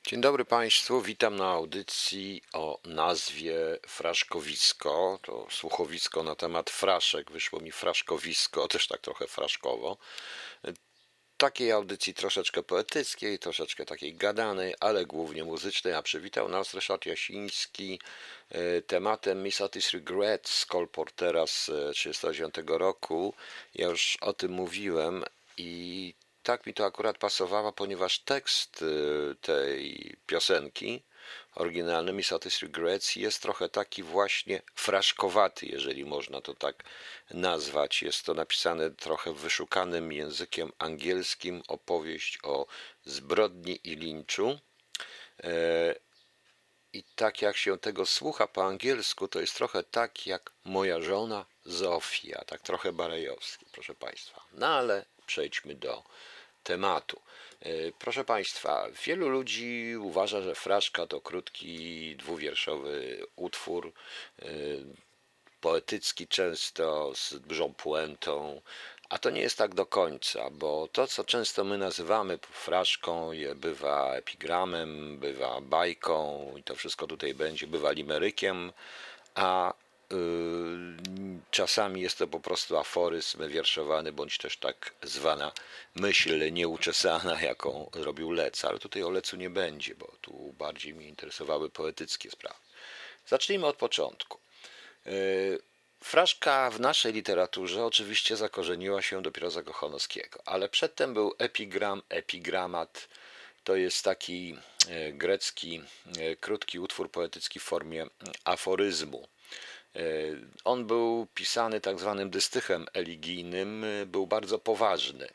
Dzień dobry Państwu, witam na audycji o nazwie Fraszkowisko. To słuchowisko na temat fraszek, wyszło mi fraszkowisko, też tak trochę fraszkowo. Takiej audycji troszeczkę poetyckiej, troszeczkę takiej gadanej, ale głównie muzycznej, a przywitał nas Ryszard Jasiński tematem Miss Otis Regrets z Cole Portera z 1939 roku. Ja już o tym mówiłem i tak mi to akurat pasowało, ponieważ tekst tej piosenki oryginalny Miss Otis Regrets jest trochę taki właśnie fraszkowaty, jeżeli można to tak nazwać. Jest to napisane trochę wyszukanym językiem angielskim, opowieść o zbrodni i linczu. I tak jak się tego słucha po angielsku, to jest trochę tak jak moja żona Zofia, tak trochę barejowski, proszę Państwa. No ale przejdźmy do tematu. Proszę Państwa, wielu ludzi uważa, że fraszka to krótki, dwuwierszowy utwór, poetycki często, z dużą puentą, a to nie jest tak do końca, bo to, co często my nazywamy fraszką, bywa epigramem, bywa bajką i to wszystko tutaj będzie, bywa limerykiem, a czasami jest to po prostu aforyzm wierszowany, bądź też tak zwana myśl nieuczesana, jaką robił Lec, ale tutaj o Lecu nie będzie, bo tu bardziej mnie interesowały poetyckie sprawy. Zacznijmy od początku. Fraszka w naszej literaturze oczywiście zakorzeniła się dopiero za Kochanowskiego, ale przedtem był epigram, epigramat. To jest taki grecki, krótki utwór poetycki w formie aforyzmu. On był pisany tak zwanym dystychem eligijnym, był bardzo poważny.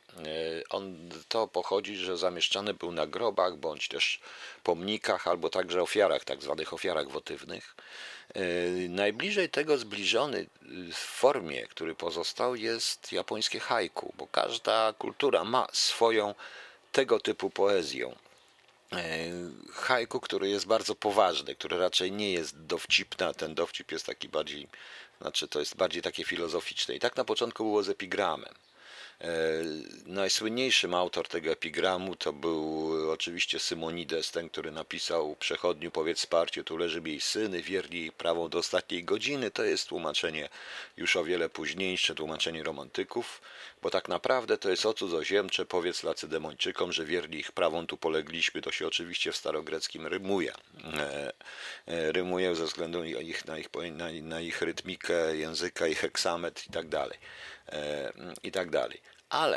To pochodzi, że zamieszczany był na grobach, bądź też pomnikach, albo także ofiarach, tak zwanych ofiarach wotywnych. Najbliżej tego zbliżony w formie, który pozostał, jest japońskie haiku, bo każda kultura ma swoją tego typu poezję. Haiku, który jest bardzo poważny, który raczej nie jest dowcipny, a ten dowcip jest taki bardziej, znaczy to jest bardziej takie filozoficzne. I tak na początku było z epigramem. Najsłynniejszym autor tego epigramu to był oczywiście Symonides, ten, który napisał Przechodniu powiedz Sparcie, tu leży jej syny, wierni jej prawą do ostatniej godziny. To jest tłumaczenie już o wiele późniejsze, tłumaczenie romantyków, bo tak naprawdę to jest o cudzoziemcze, powiedz Lacedemończykom, że wierni ich prawą tu polegliśmy. To się oczywiście w starogreckim rymuje. Rymuje ze względu na ich rytmikę języka, ich heksametr i tak dalej. I tak dalej. Ale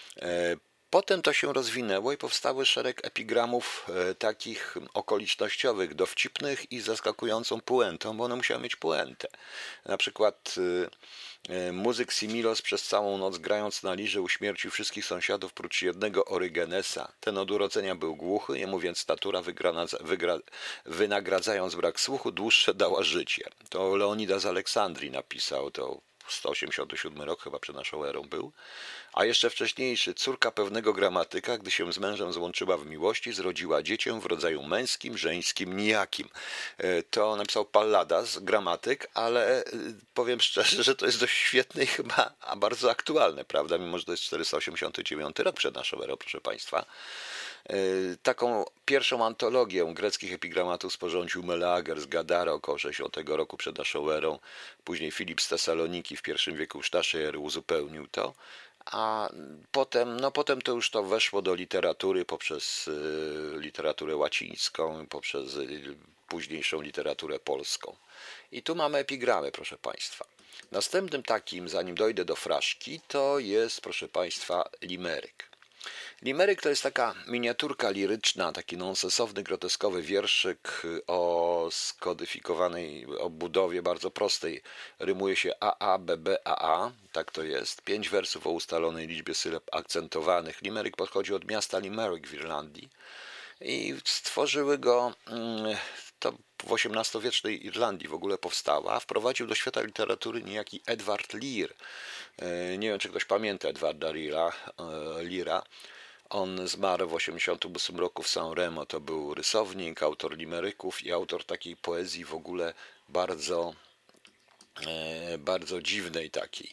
potem to się rozwinęło i powstały szereg epigramów takich okolicznościowych, dowcipnych i z zaskakującą puentą, bo one musiały mieć puentę. Na przykład muzyk Similos przez całą noc grając na lirze uśmiercił wszystkich sąsiadów prócz jednego Orygenesa. Ten od urodzenia był głuchy, jemu więc natura wynagradzając brak słuchu dłuższe dała życie. To Leonidas z Aleksandrii napisał to. 187 rok chyba przed naszą erą był, a jeszcze wcześniejszy córka pewnego gramatyka, gdy się z mężem złączyła w miłości, zrodziła dziecię w rodzaju męskim, żeńskim, nijakim. To napisał Palladas, gramatyk, ale powiem szczerze, że to jest dość świetne i chyba bardzo aktualne, prawda, mimo że to jest 489 rok przed naszą erą, proszę Państwa. Taką pierwszą antologię greckich epigramatów sporządził Meleager z Gadara około 60 roku przed naszą erą. Później Filip z Tesaloniki w I wieku już naszej ery uzupełnił to. A potem to już to weszło do literatury poprzez literaturę łacińską, poprzez późniejszą literaturę polską. I tu mamy epigramy, proszę Państwa. Następnym takim, zanim dojdę do fraszki, to jest, proszę Państwa, limeryk. Limeryk to jest taka miniaturka liryczna, taki nonsensowny, groteskowy wierszyk o skodyfikowanej obudowie bardzo prostej. Rymuje się AA, BB, AA, tak to jest. 5 wersów o ustalonej liczbie sylab akcentowanych. Limeryk pochodzi od miasta Limerick w Irlandii i stworzyły go, to w XVIII-wiecznej Irlandii w ogóle powstała, a wprowadził do świata literatury niejaki Edward Lear. Nie wiem, czy ktoś pamięta Edwarda Leara. On zmarł w 1988 roku w San Remo. To był rysownik, autor limeryków i autor takiej poezji w ogóle bardzo, bardzo dziwnej takiej.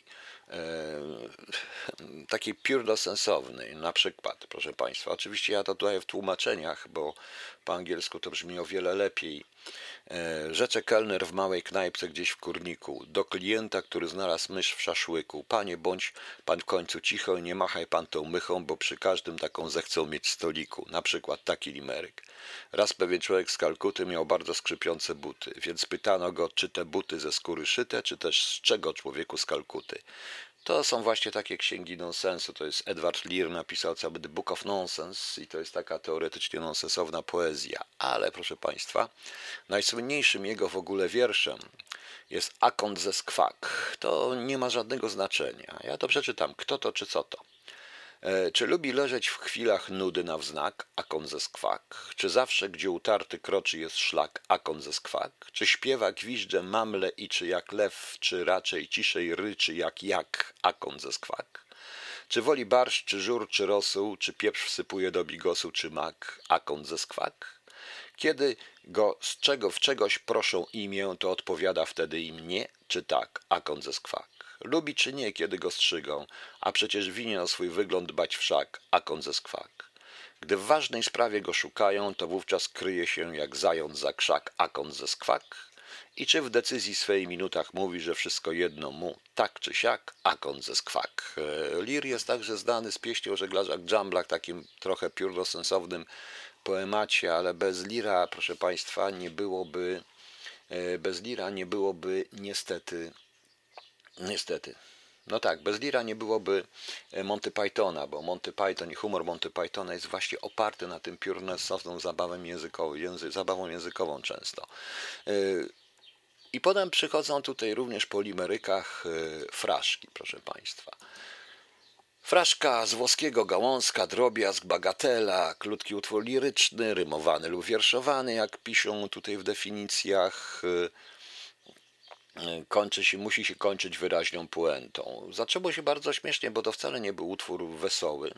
takiej piórdosensownej, na przykład, proszę Państwa, oczywiście ja to tutaj w tłumaczeniach, bo po angielsku to brzmi o wiele lepiej. Rzecze kelner w małej knajpce gdzieś w kurniku do klienta, który znalazł mysz w szaszłyku: panie, bądź pan w końcu cicho i nie machaj pan tą mychą, bo przy każdym taką zechcą mieć stoliku. Na przykład taki limeryk. Raz pewien człowiek z Kalkuty miał bardzo skrzypiące buty, więc pytano go, czy te buty ze skóry szyte, czy też z czego człowieku z Kalkuty. To są właśnie takie księgi nonsensu. To jest Edward Lear, napisał cały The Book of Nonsense i to jest taka teoretycznie nonsensowna poezja. Ale proszę Państwa, najsłynniejszym jego w ogóle wierszem jest Akont ze Skwak. To nie ma żadnego znaczenia. Ja to przeczytam. Kto to czy co to? Czy lubi leżeć w chwilach nudy na wznak, akon ze skwak? Czy zawsze, gdzie utarty kroczy jest szlak, akon ze skwak? Czy śpiewa, gwizdże, mamle i czy jak lew, czy raczej ciszej ryczy jak, akon ze skwak? Czy woli barszcz, czy żur, czy rosół, czy pieprz wsypuje do bigosu, czy mak, akon ze skwak? Kiedy go w czegoś proszą imię, to odpowiada wtedy im nie, czy tak, akon ze skwak. Lubi czy nie, kiedy go strzygą, a przecież winien o swój wygląd dbać wszak, akon ze skwak. Gdy w ważnej sprawie go szukają, to wówczas kryje się jak zając za krzak, akon ze skwak. I czy w decyzji swej minutach mówi, że wszystko jedno mu, tak czy siak, akon ze skwak. Lear jest także znany z pieśni o żeglarzach Dżamblach, takim trochę piórdosensownym poemacie, ale bez Leara, proszę Państwa, nie byłoby niestety, no tak, bez Leara nie byłoby Monty Pythona, bo Monty Python i humor Monty Pythona jest właśnie oparty na tym piórdosensowną zabawą językową często. I potem przychodzą tutaj również po limerykach fraszki, proszę Państwa. Fraszka z włoskiego gałązka, drobiazg, bagatela, krótki utwór liryczny, rymowany lub wierszowany, jak piszą tutaj w definicjach, musi się kończyć wyraźną puentą. Zaczęło się bardzo śmiesznie, bo to wcale nie był utwór wesoły,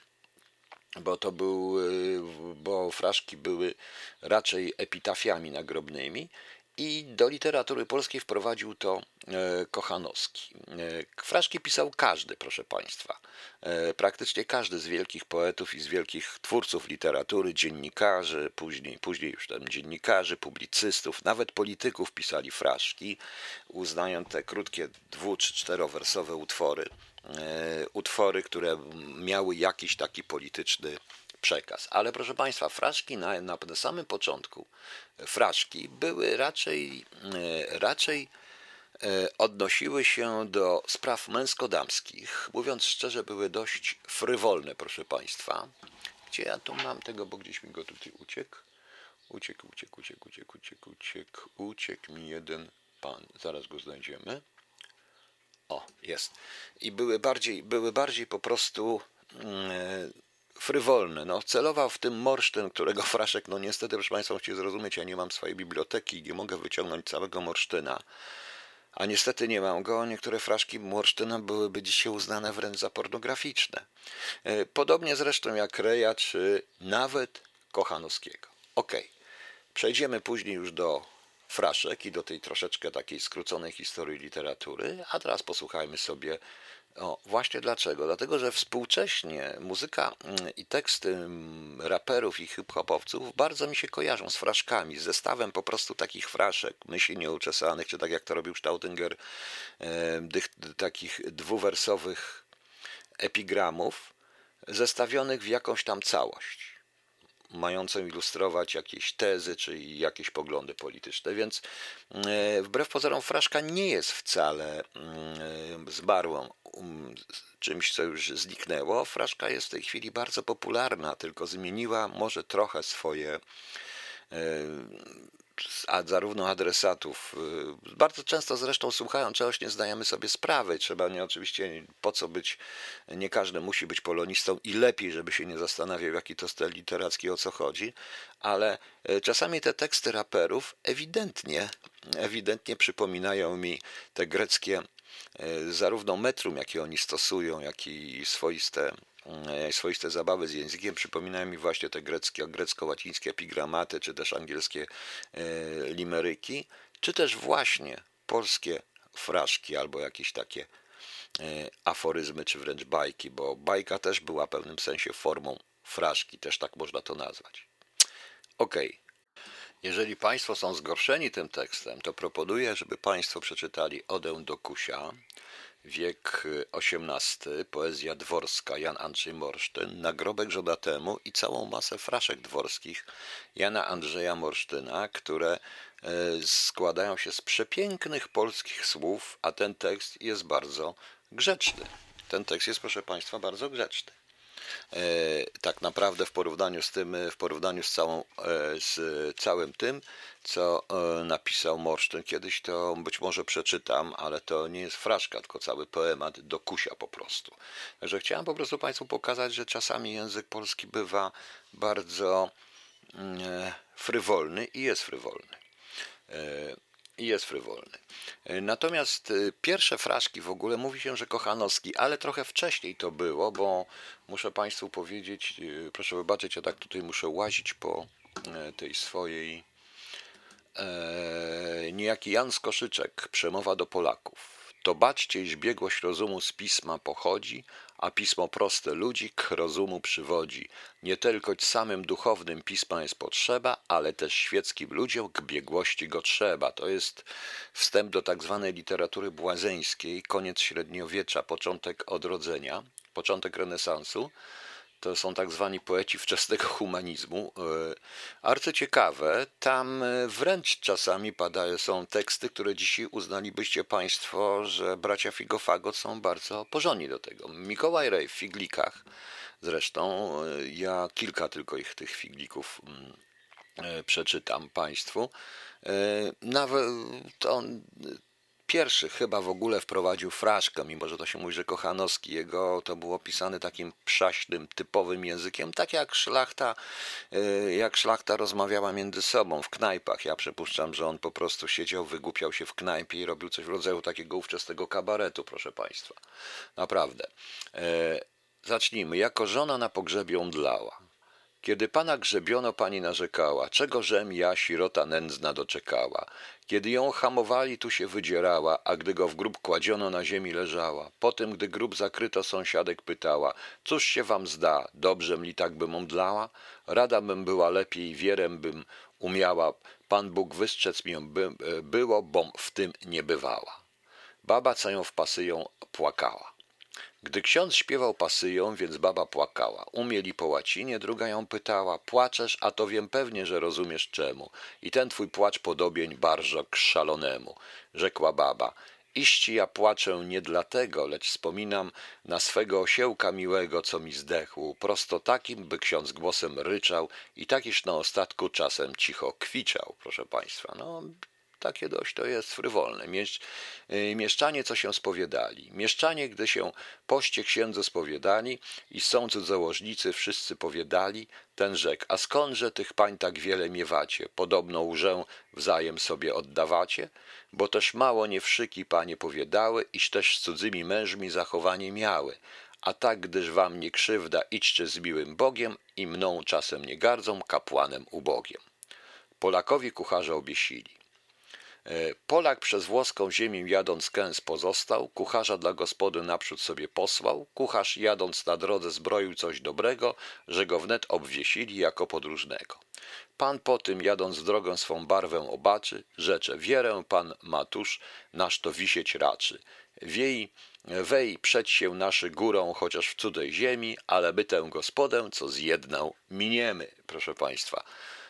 bo fraszki były raczej epitafiami nagrobnymi. I do literatury polskiej wprowadził to Kochanowski. Fraszki pisał każdy, proszę Państwa. Praktycznie każdy z wielkich poetów i z wielkich twórców literatury, dziennikarzy, później już tam dziennikarzy, publicystów, nawet polityków pisali fraszki, uznając te krótkie 2- czy 4-wersowe utwory, które miały jakiś taki polityczny przekaz. Ale proszę Państwa, fraszki na samym początku fraszki były raczej odnosiły się do spraw męsko-damskich. Mówiąc szczerze, były dość frywolne, proszę Państwa. Gdzie ja tu mam tego, bo gdzieś mi go tutaj uciekł. Uciekł mi jeden pan. Zaraz go znajdziemy. O, jest. I były bardziej po prostu frywolne. No, celował w tym Morsztyn, którego fraszek, no niestety, proszę Państwa, musicie zrozumieć, ja nie mam swojej biblioteki i nie mogę wyciągnąć całego Morsztyna. A niestety nie mam go. Niektóre fraszki Morsztyna byłyby dzisiaj uznane wręcz za pornograficzne. Podobnie zresztą jak Reja, czy nawet Kochanowskiego. Okej. Przejdziemy później już do fraszek i do tej troszeczkę takiej skróconej historii literatury, a teraz posłuchajmy sobie. Właśnie dlaczego? Dlatego, że współcześnie muzyka i teksty raperów i hip-hopowców bardzo mi się kojarzą z fraszkami, z zestawem po prostu takich fraszek, myśli nieuczesanych, czy tak jak to robił Staudinger, takich 2-wersowych epigramów, zestawionych w jakąś tam całość, mającą ilustrować jakieś tezy czy jakieś poglądy polityczne, więc wbrew pozorom fraszka nie jest wcale zmarłą czymś, co już zniknęło. Fraszka jest w tej chwili bardzo popularna, tylko zmieniła może trochę swoje zarówno adresatów. Bardzo często zresztą słuchają czegoś, nie zdajemy sobie sprawy. Trzeba oczywiście, po co być, nie każdy musi być polonistą i lepiej, żeby się nie zastanawiał, jaki to styl literacki, o co chodzi, ale czasami te teksty raperów ewidentnie przypominają mi te greckie, zarówno metrum, jakie oni stosują, jak i swoiste zabawy z językiem, przypominają mi właśnie te grecko-łacińskie epigramaty, czy też angielskie limeryki, czy też właśnie polskie fraszki albo jakieś takie aforyzmy czy wręcz bajki, bo bajka też była w pewnym sensie formą fraszki, też tak można to nazwać. Okej. Jeżeli Państwo są zgorszeni tym tekstem, to proponuję, żeby Państwo przeczytali Odę do Kusia, wiek XVIII, poezja dworska, Jan Andrzej Morsztyn, Nagrobek żodatemu i całą masę fraszek dworskich Jana Andrzeja Morsztyna, które składają się z przepięknych polskich słów, a ten tekst jest bardzo grzeczny. Ten tekst jest, proszę Państwa, bardzo grzeczny. Tak naprawdę w porównaniu z całym tym, co napisał Morsztyn kiedyś, to być może przeczytam, ale to nie jest fraszka, tylko cały poemat do Kusia po prostu. Także chciałem po prostu Państwu pokazać, że czasami język polski bywa bardzo frywolny i jest frywolny. Natomiast pierwsze fraszki w ogóle mówi się, że Kochanowski, ale trochę wcześniej to było, bo muszę Państwu powiedzieć, proszę wybaczyć, ja tak tutaj muszę łazić po tej swojej. Niejaki Jan Skoszyczek, Przemowa do Polaków. To baczcie, iż biegłość rozumu z pisma pochodzi, a pismo proste ludzi k rozumu przywodzi. Nie tylkoć samym duchownym pisma jest potrzeba, ale też świeckim ludziom k biegłości go trzeba. To jest wstęp do tak zwanej literatury błazeńskiej, koniec średniowiecza, początek odrodzenia, początek renesansu. To są tak zwani poeci wczesnego humanizmu. Arcyciekawe, tam wręcz czasami są teksty, które dzisiaj uznalibyście Państwo, że bracia Figofagot są bardzo porządni do tego. Mikołaj Rej w Figlikach, zresztą ja kilka tylko tych figlików przeczytam Państwu. Nawet on pierwszy chyba w ogóle wprowadził fraszkę, mimo że to się mówi, że Kochanowski, jego to było pisane takim przaśnym, typowym językiem, tak jak szlachta rozmawiała między sobą w knajpach. Ja przypuszczam, że on po prostu siedział, wygłupiał się w knajpie i robił coś w rodzaju takiego ówczesnego kabaretu, proszę Państwa. Naprawdę. Zacznijmy. Jako żona na pogrzebie omdlała. Kiedy pana grzebiono, pani narzekała, czegożem ja, sirota nędzna, doczekała. Kiedy ją hamowali, tu się wydzierała, a gdy go w grób kładziono, na ziemi leżała. Potem, gdy grób zakryto, sąsiadek pytała, cóż się wam zda, dobrzem li tak bym omdlała? Rada bym była lepiej, wierem bym umiała, Pan Bóg wystrzec mię było, bom w tym nie bywała. Baba, co ją wpasyją, płakała. Gdy ksiądz śpiewał pasyją, więc baba płakała. Umieli po łacinie, druga ją pytała. Płaczesz, a to wiem pewnie, że rozumiesz czemu. I ten twój płacz podobień bardzo k szalonemu. Rzekła baba. Iści ja płaczę nie dlatego, lecz wspominam na swego osiełka miłego, co mi zdechł. Prosto takim, by ksiądz głosem ryczał i takiż na ostatku czasem cicho kwiczał, proszę Państwa. No, takie dość to jest frywolne. Mieszczanie, co się spowiadali. Mieszczanie, gdy się poście księdzu spowiadali i są cudzołożnicy, wszyscy powiadali, ten rzekł, a skądże tych pań tak wiele miewacie? Podobno łżę wzajem sobie oddawacie? Bo też mało nie wszyki panie powiadały, iż też z cudzymi mężmi zachowanie miały. A tak, gdyż wam nie krzywda, idźcie z miłym Bogiem i mną czasem nie gardzą, kapłanem ubogiem. Polakowi kucharza obiesili. Polak przez włoską ziemię jadąc kęs pozostał, kucharza dla gospody naprzód sobie posłał, kucharz jadąc na drodze zbroił coś dobrego, że go wnet obwiesili jako podróżnego. Pan po tym jadąc drogą swą barwę obaczy, rzecze, wierę pan Matusz, nasz to wisieć raczy. Wej przed się naszy górą, chociaż w cudzej ziemi, ale by tę gospodę, co zjednał, miniemy, proszę Państwa.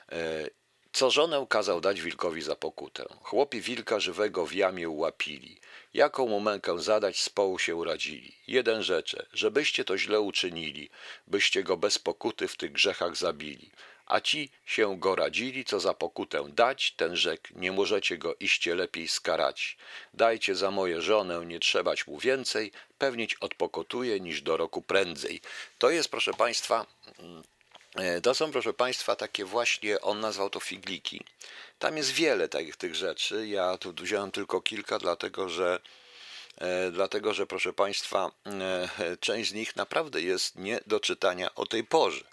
Co żonę kazał dać wilkowi za pokutę. Chłopi wilka żywego w jamie ułapili. Jaką mu mękę zadać, z połu się radzili. Jeden rzecze, żebyście to źle uczynili, byście go bez pokuty w tych grzechach zabili. A ci się go radzili, co za pokutę dać, ten rzekł, nie możecie go iście lepiej skarać. Dajcie za moje żonę, nie trzebać mu więcej, pewnić odpokutuje niż do roku prędzej. To jest, proszę Państwa... To są, proszę Państwa, takie właśnie, on nazwał to figliki. Tam jest wiele tych rzeczy, ja tu wziąłem tylko kilka, dlatego że proszę Państwa, część z nich naprawdę jest nie do czytania o tej porze.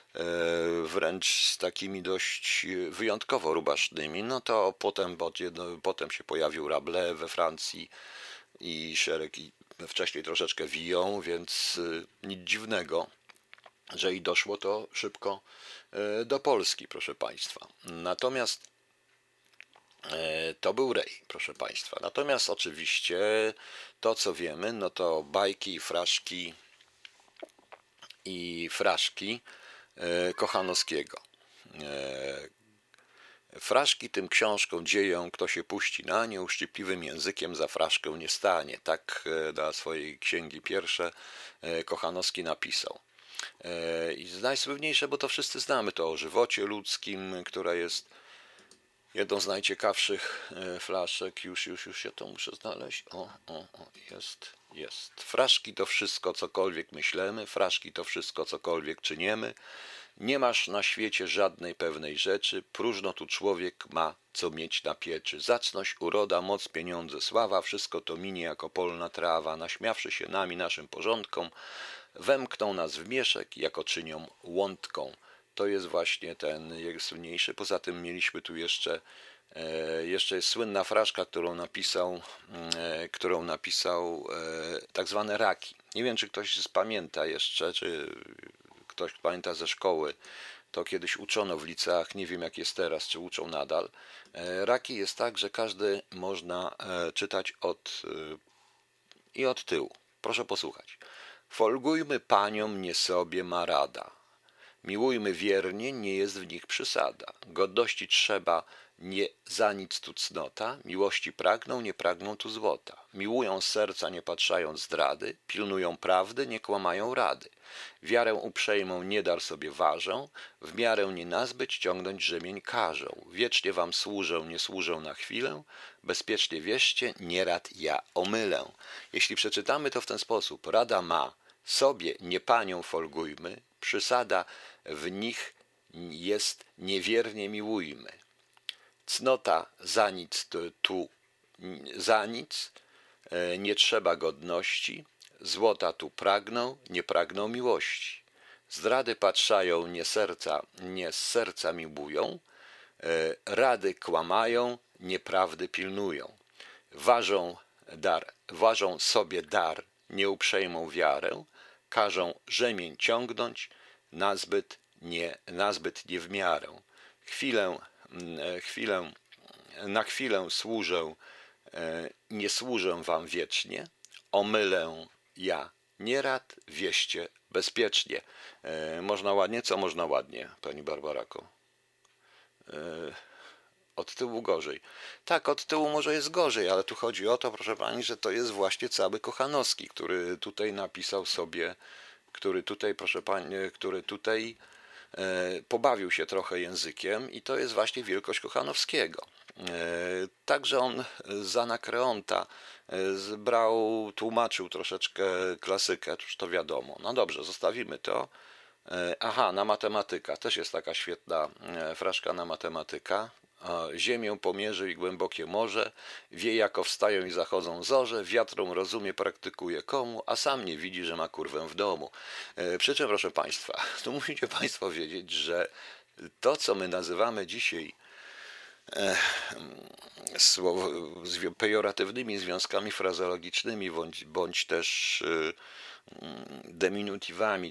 Wręcz z takimi dość wyjątkowo rubasznymi. No to potem się pojawił Rabelais we Francji i szereg wcześniej troszeczkę wiją, więc nic dziwnego, że i doszło to szybko do Polski, proszę Państwa. Natomiast to był Rej, proszę Państwa. Natomiast oczywiście to, co wiemy, no to bajki i fraszki Kochanowskiego. Fraszki tym książką dzieją, kto się puści na nie, uszczypliwym językiem za fraszkę nie stanie. Tak dla swojej księgi pierwsze Kochanowski napisał. I najsłynniejsze, bo to wszyscy znamy, to o żywocie ludzkim, która jest jedną z najciekawszych flaszek. Już się to muszę znaleźć. Jest. Fraszki to wszystko, cokolwiek myślemy, fraszki to wszystko, cokolwiek czyniemy. Nie masz na świecie żadnej pewnej rzeczy, próżno tu człowiek ma, co mieć na pieczy. Zacność, uroda, moc, pieniądze, sława, wszystko to minie jako polna trawa. Naśmiawszy się nami, naszym porządkom, wemkną nas w mieszek, jako czynią łądką. To jest właśnie ten jego słynniejszy. Poza tym mieliśmy tu jeszcze jest słynna fraszka, którą napisał tak zwane raki. Nie wiem, czy ktoś pamięta jeszcze, czy ktoś pamięta ze szkoły. To kiedyś uczono w liceach, nie wiem jak jest teraz, czy uczą nadal. Raki jest tak, że każdy można czytać od tyłu. Proszę posłuchać. Folgujmy paniom, nie sobie ma rada. Miłujmy wiernie, nie jest w nich przysada. Godności trzeba, nie za nic tu cnota. Miłości pragną, nie pragną tu złota. Miłują z serca, nie patrzają zdrady. Pilnują prawdy, nie kłamają rady. Wiarę uprzejmą nie dar sobie ważą. W miarę nie nazbyć, ciągnąć rzemień każą. Wiecznie wam służę, nie służę na chwilę. Bezpiecznie wierzcie, nie rad ja omylę. Jeśli przeczytamy to w ten sposób, rada ma, sobie nie panią folgujmy, przysada w nich jest niewiernie miłujmy. Cnota za nic za nic, nie trzeba godności, złota tu pragną, nie pragną miłości. Zdrady patrzają, nie z serca miłują, rady kłamają, nieprawdy pilnują. Ważą sobie dar, nieuprzejmą wiarę, każą rzemień ciągnąć, nazbyt nie w miarę. Na chwilę służę, nie służę wam wiecznie, omylę ja nierad, wieście bezpiecznie. Można ładnie? Co można ładnie, pani Barbarako? Od tyłu gorzej. Tak, od tyłu może jest gorzej, ale tu chodzi o to, proszę pani, że to jest właśnie cały Kochanowski, który tutaj napisał sobie, który tutaj pobawił się trochę językiem i to jest właśnie wielkość Kochanowskiego. Także on z Anakreonta tłumaczył troszeczkę klasykę, już to wiadomo. No dobrze, zostawimy to. Na matematyka. Też jest taka świetna fraszka na matematyka. Ziemię pomierzy i głębokie morze, wie jako wstają i zachodzą zorze, wiatrom rozumie, praktykuje komu, a sam nie widzi, że ma kurwę w domu. Przy czym, proszę Państwa, tu musicie Państwo wiedzieć, że to, co my nazywamy dzisiaj pejoratywnymi związkami frazeologicznymi, bądź też deminutywami,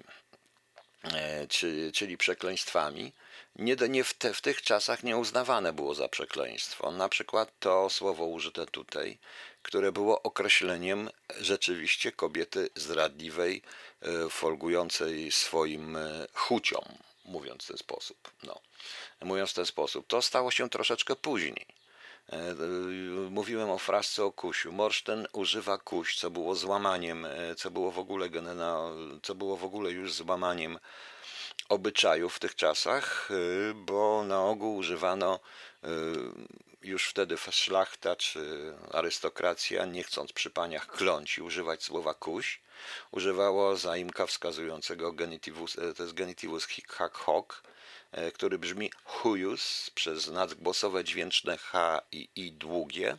czyli przekleństwami, w tych czasach nie uznawane było za przekleństwo. Na przykład to słowo użyte tutaj, które było określeniem rzeczywiście kobiety zdradliwej, folgującej swoim chuciom, mówiąc w ten sposób. To stało się troszeczkę później. Mówiłem o fraszce o kusiu. Morsztyn używa kuś, co było złamaniem, co było w ogóle już złamaniem obyczajów w tych czasach, bo na ogół używano już wtedy szlachta czy arystokracja, nie chcąc przy paniach kląć i używać słowa kuś, używało zaimka wskazującego to jest genitywus hic hac hoc, który brzmi huius przez nadgłosowe dźwięczne h i i długie,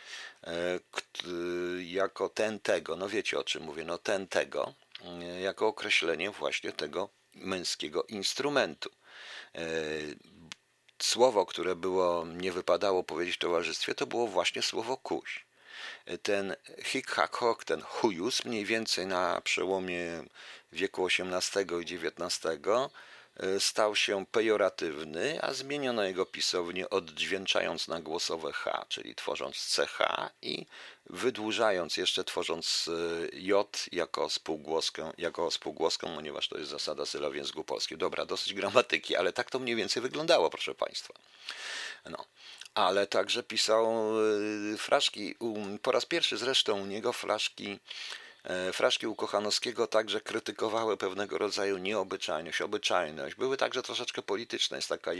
jako ten tego, no wiecie o czym mówię, ten tego, jako określenie właśnie tego męskiego instrumentu. Słowo, które nie wypadało powiedzieć w towarzystwie, to było właśnie słowo kuś. ten Hick-Hack-Hock, ten chujus, mniej więcej na przełomie wieku XVIII i XIX stał się pejoratywny, a zmieniono jego pisownię, oddźwięczając na głosowe H, czyli tworząc CH i wydłużając jeszcze, tworząc J jako spółgłoskę, ponieważ to jest zasada sylaw w języku polskim. Dobra, dosyć gramatyki, ale tak to mniej więcej wyglądało, proszę Państwa. No. Ale także pisał fraszki, po raz pierwszy zresztą u niego fraszki u Kochanowskiego także krytykowały pewnego rodzaju nieobyczajność, obyczajność. Były także troszeczkę polityczne.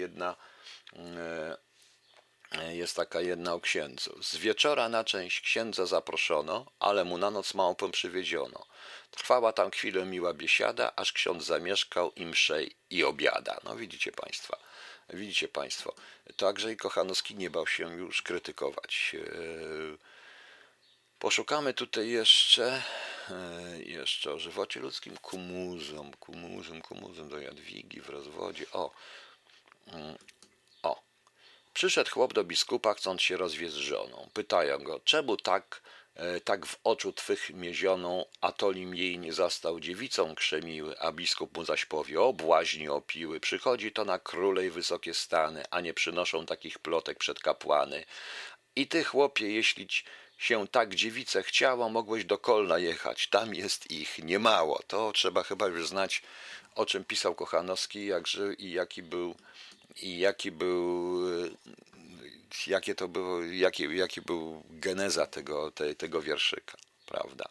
Jest taka jedna o księdzu. Z wieczora na część księdza zaproszono, ale mu na noc małpę przywieziono. Trwała tam chwilę miła biesiada, aż ksiądz zamieszkał i mszej i obiada. No widzicie Państwo. Także i Kochanowski nie bał się już krytykować. Poszukamy tutaj jeszcze o żywocie ludzkim, kumuzum do Jadwigi w rozwodzie. O. Przyszedł chłop do biskupa, chcąc się rozwieść z żoną. Pytają go, czemu tak w oczu twych miezioną, a tolim jej nie zastał dziewicą krzemiły, a biskup mu zaś powie, o błaźni opiły, przychodzi to na króle i wysokie stany, a nie przynoszą takich plotek przed kapłany. I ty, chłopie, jeśli się tak dziewice chciało, mogłeś do Kolna jechać, tam jest ich niemało. To trzeba chyba już znać, o czym pisał Kochanowski, jaki był geneza tego wierszyka, prawda?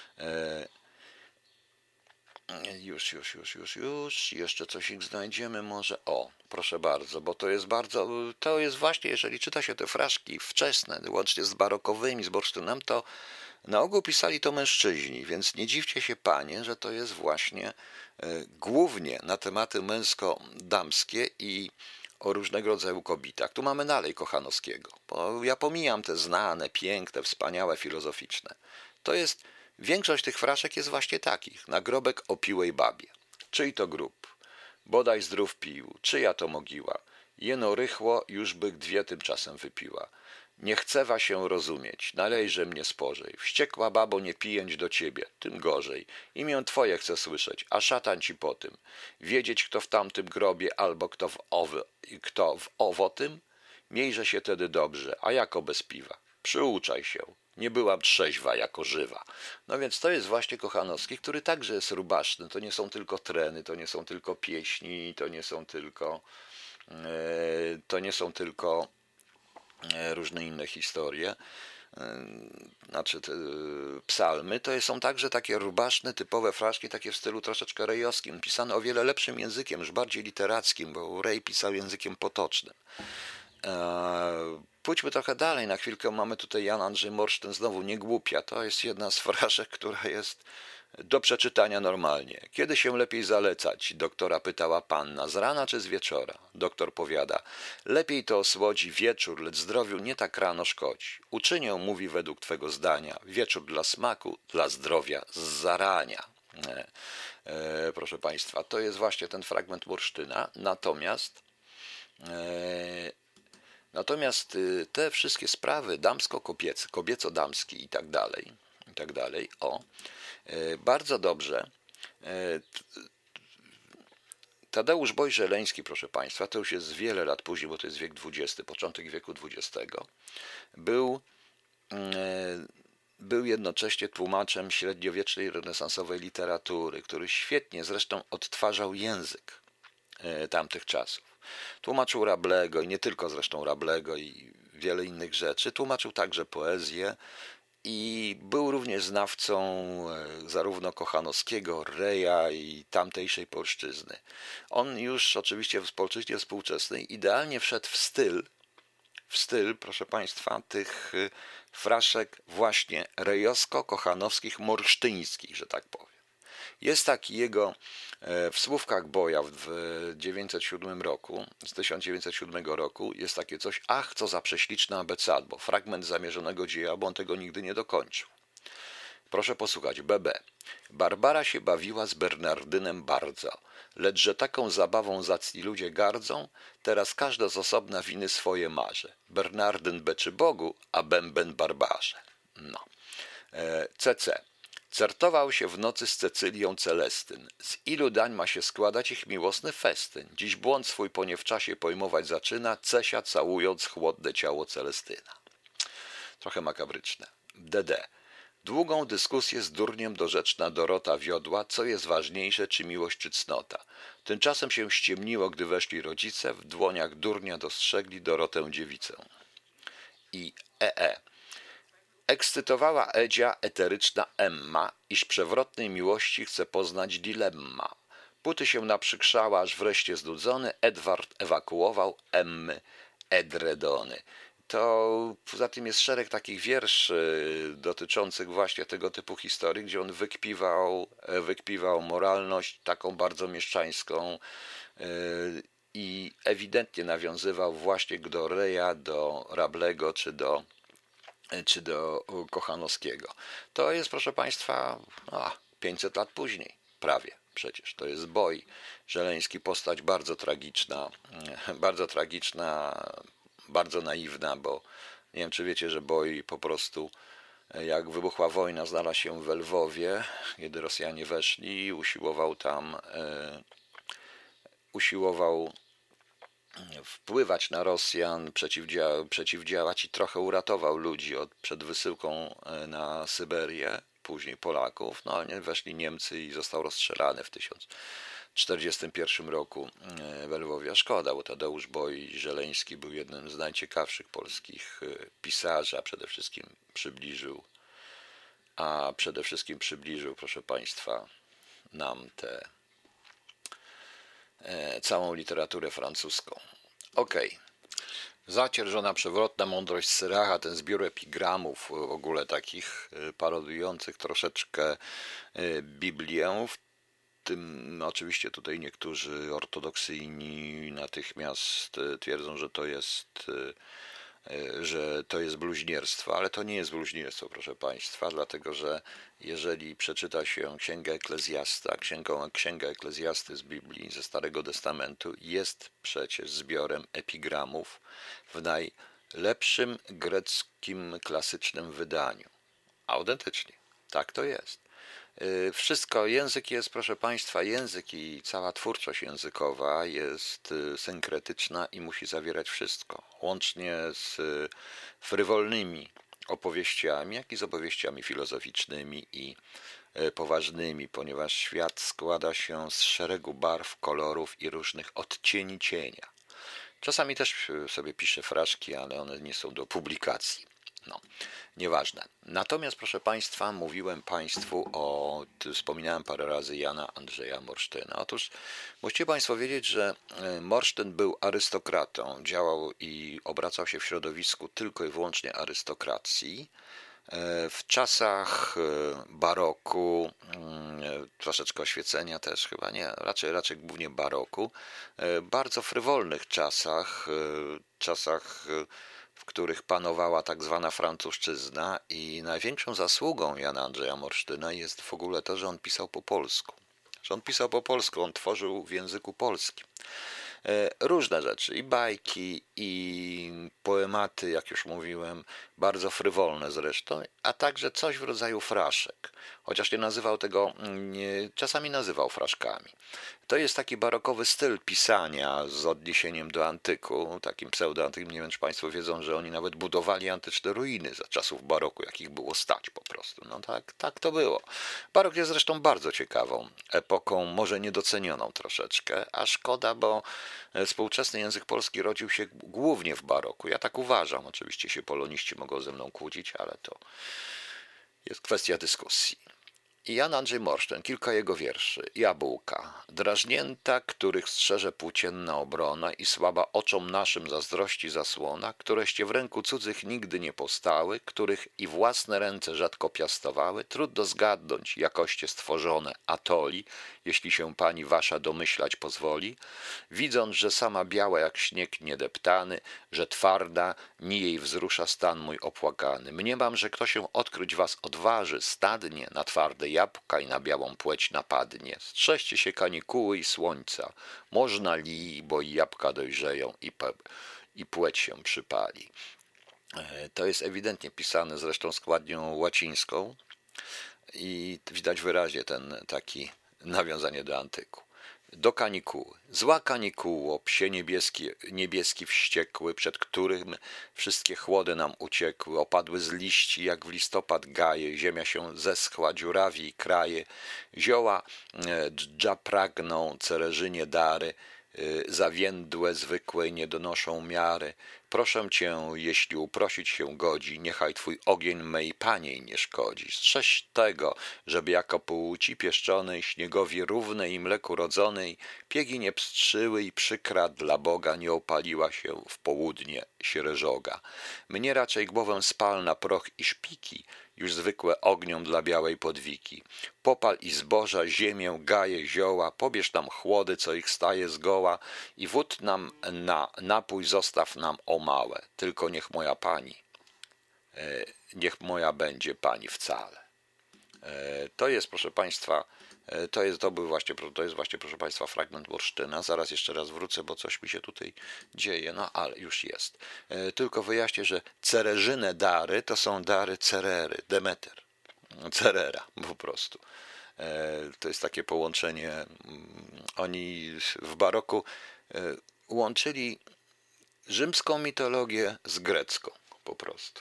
Już. Jeszcze coś ich znajdziemy może. O, proszę bardzo, bo to jest właśnie, jeżeli czyta się te fraszki wczesne, łącznie z barokowymi, z Bursztynem, to na ogół pisali to mężczyźni, więc nie dziwcie się panie, że to jest właśnie głównie na tematy męsko-damskie i o różnego rodzaju kobietach. Tu mamy dalej Kochanowskiego, bo ja pomijam te znane, piękne, wspaniałe, filozoficzne. Większość tych fraszek jest właśnie takich. Nagrobek opiłej babie. Czyj to grób? Bodaj zdrów pił. Czyja to mogiła? Jeno rychło, już by dwie tymczasem wypiła. Nie chcewa się rozumieć, nalejże mnie spożej. Wściekła babo, nie pijęć do ciebie, tym gorzej. Imię twoje chcę słyszeć, a szatan ci po tym. Wiedzieć, kto w tamtym grobie, albo kto w owotym? Miejże się tedy dobrze, a jako bez piwa. Przyuczaj się. Nie byłam trzeźwa jako żywa. No więc to jest właśnie Kochanowski, który także jest rubaszny. To nie są tylko treny, to nie są tylko pieśni, to nie są tylko różne inne historie, psalmy, to są także takie rubaszne, typowe fraszki, takie w stylu troszeczkę rejowskim, pisane o wiele lepszym językiem, już bardziej literackim, bo Rej pisał językiem potocznym. Pójdźmy trochę dalej, na chwilkę mamy tutaj Jan Andrzej Morsztyn, znowu nie głupia, to jest jedna z fraszek, która jest do przeczytania normalnie. Kiedy się lepiej zalecać? Doktora pytała panna, z rana czy z wieczora? Doktor powiada, lepiej to osłodzi wieczór, lecz zdrowiu nie tak rano szkodzi. Uczynię, mówi według twego zdania, wieczór dla smaku, dla zdrowia z zarania. Proszę Państwa, to jest właśnie ten fragment Morsztyna, Natomiast te wszystkie sprawy damsko-kobiece, kobieco-damskie i tak dalej, bardzo dobrze. Tadeusz Boj-Żeleński, proszę Państwa, to już jest wiele lat później, bo to jest wiek XX, początek wieku XX, był jednocześnie tłumaczem średniowiecznej renesansowej literatury, który świetnie zresztą odtwarzał język tamtych czasów. Tłumaczył Rablego i nie tylko zresztą Rablego i wiele innych rzeczy. Tłumaczył także poezję i był również znawcą zarówno Kochanowskiego, Reja i tamtejszej polszczyzny. On już oczywiście w polszczyźnie współczesnej idealnie wszedł w styl, proszę Państwa, tych fraszek właśnie rejowsko-kochanowskich, morsztyńskich, że tak powiem. Jest taki jego w Słówkach Boja z 1907 roku, jest takie coś, ach, co za prześliczne abecadło, fragment zamierzonego dzieła, bo on tego nigdy nie dokończył. Proszę posłuchać, BB. Barbara się bawiła z Bernardynem bardzo, lecz że taką zabawą zacni ludzie gardzą, teraz każda z osobna winy swoje marze. Bernardyn beczy Bogu, a bęben Barbarze. No. CC. Certował się w nocy z Cecylią Celestyn. Z ilu dań ma się składać ich miłosny festyn? Dziś błąd swój po nie w czasie pojmować zaczyna, Cesia całując chłodne ciało Celestyna. Trochę makabryczne. DD. Długą dyskusję z durniem dorzeczna Dorota wiodła, co jest ważniejsze, czy miłość, czy cnota. Tymczasem się ściemniło, gdy weszli rodzice, w dłoniach durnia dostrzegli Dorotę dziewicę. I EE. Ekscytowała Edzia eteryczna Emma, iż przewrotnej miłości chce poznać dilemma. Póty się naprzykrzała, aż wreszcie znudzony Edward ewakuował Emmy edredony. To poza tym jest szereg takich wierszy dotyczących właśnie tego typu historii, gdzie on wykpiwał moralność taką bardzo mieszczańską i ewidentnie nawiązywał właśnie do Reja, do Rablego czy do Kochanowskiego. To jest, proszę Państwa, 500 lat później, prawie przecież. To jest Boj. Żeleński, postać bardzo tragiczna, bardzo naiwna, bo nie wiem, czy wiecie, że Boj po prostu, jak wybuchła wojna, znalazł się w Lwowie, kiedy Rosjanie weszli, usiłował wpływać na Rosjan, przeciwdziałać i trochę uratował ludzi przed wysyłką na Syberię, później Polaków, no ale weszli Niemcy i został rozstrzelany w 1941 roku w Lwowie. Szkoda, bo Tadeusz Boj Żeleński był jednym z najciekawszych polskich pisarzy, a przede wszystkim przybliżył, proszę Państwa, nam całą literaturę francuską. Okej. Zacierżona przewrotna mądrość Syracha, ten zbiór epigramów, w ogóle takich parodiujących troszeczkę Biblię. W tym oczywiście tutaj niektórzy ortodoksyjni natychmiast twierdzą, że to jest bluźnierstwo, ale to nie jest bluźnierstwo, proszę Państwa, dlatego że jeżeli przeczyta się Księga Eklezjasty z Biblii, ze Starego Testamentu, jest przecież zbiorem epigramów w najlepszym greckim klasycznym wydaniu. Autentycznie, tak to jest. Wszystko, język jest, proszę Państwa, język i cała twórczość językowa jest synkretyczna i musi zawierać wszystko, łącznie z frywolnymi opowieściami, jak i z opowieściami filozoficznymi i poważnymi, ponieważ świat składa się z szeregu barw, kolorów i różnych odcieni cienia. Czasami też sobie piszę fraszki, ale one nie są do publikacji. No, nieważne. Natomiast, proszę Państwa, mówiłem Państwu wspominałem parę razy Jana Andrzeja Morsztyna. Otóż musicie Państwo wiedzieć, że Morsztyn był arystokratą, działał i obracał się w środowisku tylko i wyłącznie arystokracji. W czasach baroku, troszeczkę oświecenia też chyba nie, raczej głównie baroku, bardzo frywolnych czasach, w których panowała tak zwana francuszczyzna i największą zasługą Jana Andrzeja Morsztyna jest w ogóle to, że on pisał po polsku. On tworzył w języku polskim. Różne rzeczy, i bajki, i poematy, jak już mówiłem, bardzo frywolne zresztą, a także coś w rodzaju fraszek, chociaż nie nazywał tego, czasami nazywał fraszkami. To jest taki barokowy styl pisania z odniesieniem do antyku, takim pseudoantykiem. Nie wiem, czy Państwo wiedzą, że oni nawet budowali antyczne ruiny za czasów baroku, jakich było stać po prostu. No tak to było. Barok jest zresztą bardzo ciekawą epoką, może niedocenioną troszeczkę, a szkoda, bo współczesny język polski rodził się głównie w baroku. Ja tak uważam. Oczywiście się poloniści mogą ze mną kłócić, ale to jest kwestia dyskusji. I Jan Andrzej Morsztyn, kilka jego wierszy. Jabłka. Drażnięta, których strzeże płócienna obrona i słaba oczom naszym zazdrości zasłona, któreście w ręku cudzych nigdy nie powstały, których i własne ręce rzadko piastowały, trudno zgadnąć, jakoście stworzone atoli, jeśli się pani wasza domyślać pozwoli, widząc, że sama biała jak śnieg niedeptany, że twarda, ni jej wzrusza stan mój opłakany. Mniemam, że kto się odkryć was odważy, stadnie na twarde jabłka i na białą płeć napadnie. Strzeżcie się kanikuły i słońca, można li, bo i jabłka dojrzeją i płeć się przypali. To jest ewidentnie pisane zresztą składnią łacińską i widać wyraźnie ten taki nawiązanie do antyku. Do kanikuły. Zła kanikuło, psie niebieski wściekły, przed którym wszystkie chłody nam uciekły, opadły z liści, jak w listopad gaje, ziemia się zeschła, dziurawi i kraje, zioła dżdża pragną, cereżynie dary, zawiędłe, zwykłej nie donoszą miary. Proszę cię, jeśli uprosić się godzi, niechaj twój ogień mej paniej nie szkodzi. Strzeż tego, żeby jako płci pieszczonej, śniegowi równej i mleku rodzonej, piegi nie pstrzyły i przykra dla Boga nie opaliła się w południe siereżoga. Mnie raczej głowę spal na proch i szpiki, już zwykłe ogniom dla białej podwiki. Popal i zboża, ziemię, gaje, zioła, pobierz nam chłody, co ich staje zgoła i wód nam na napój zostaw nam o małe. Tylko niech moja pani, niech moja będzie pani wcale. To jest, proszę Państwa, to jest właśnie, proszę Państwa, fragment bursztyna. Zaraz jeszcze raz wrócę, bo coś mi się tutaj dzieje, no ale już jest. Tylko wyjaśnię, że cereżyne dary to są dary Cerery, Demeter, Cerera po prostu. To jest takie połączenie. Oni w baroku łączyli rzymską mitologię z grecką po prostu.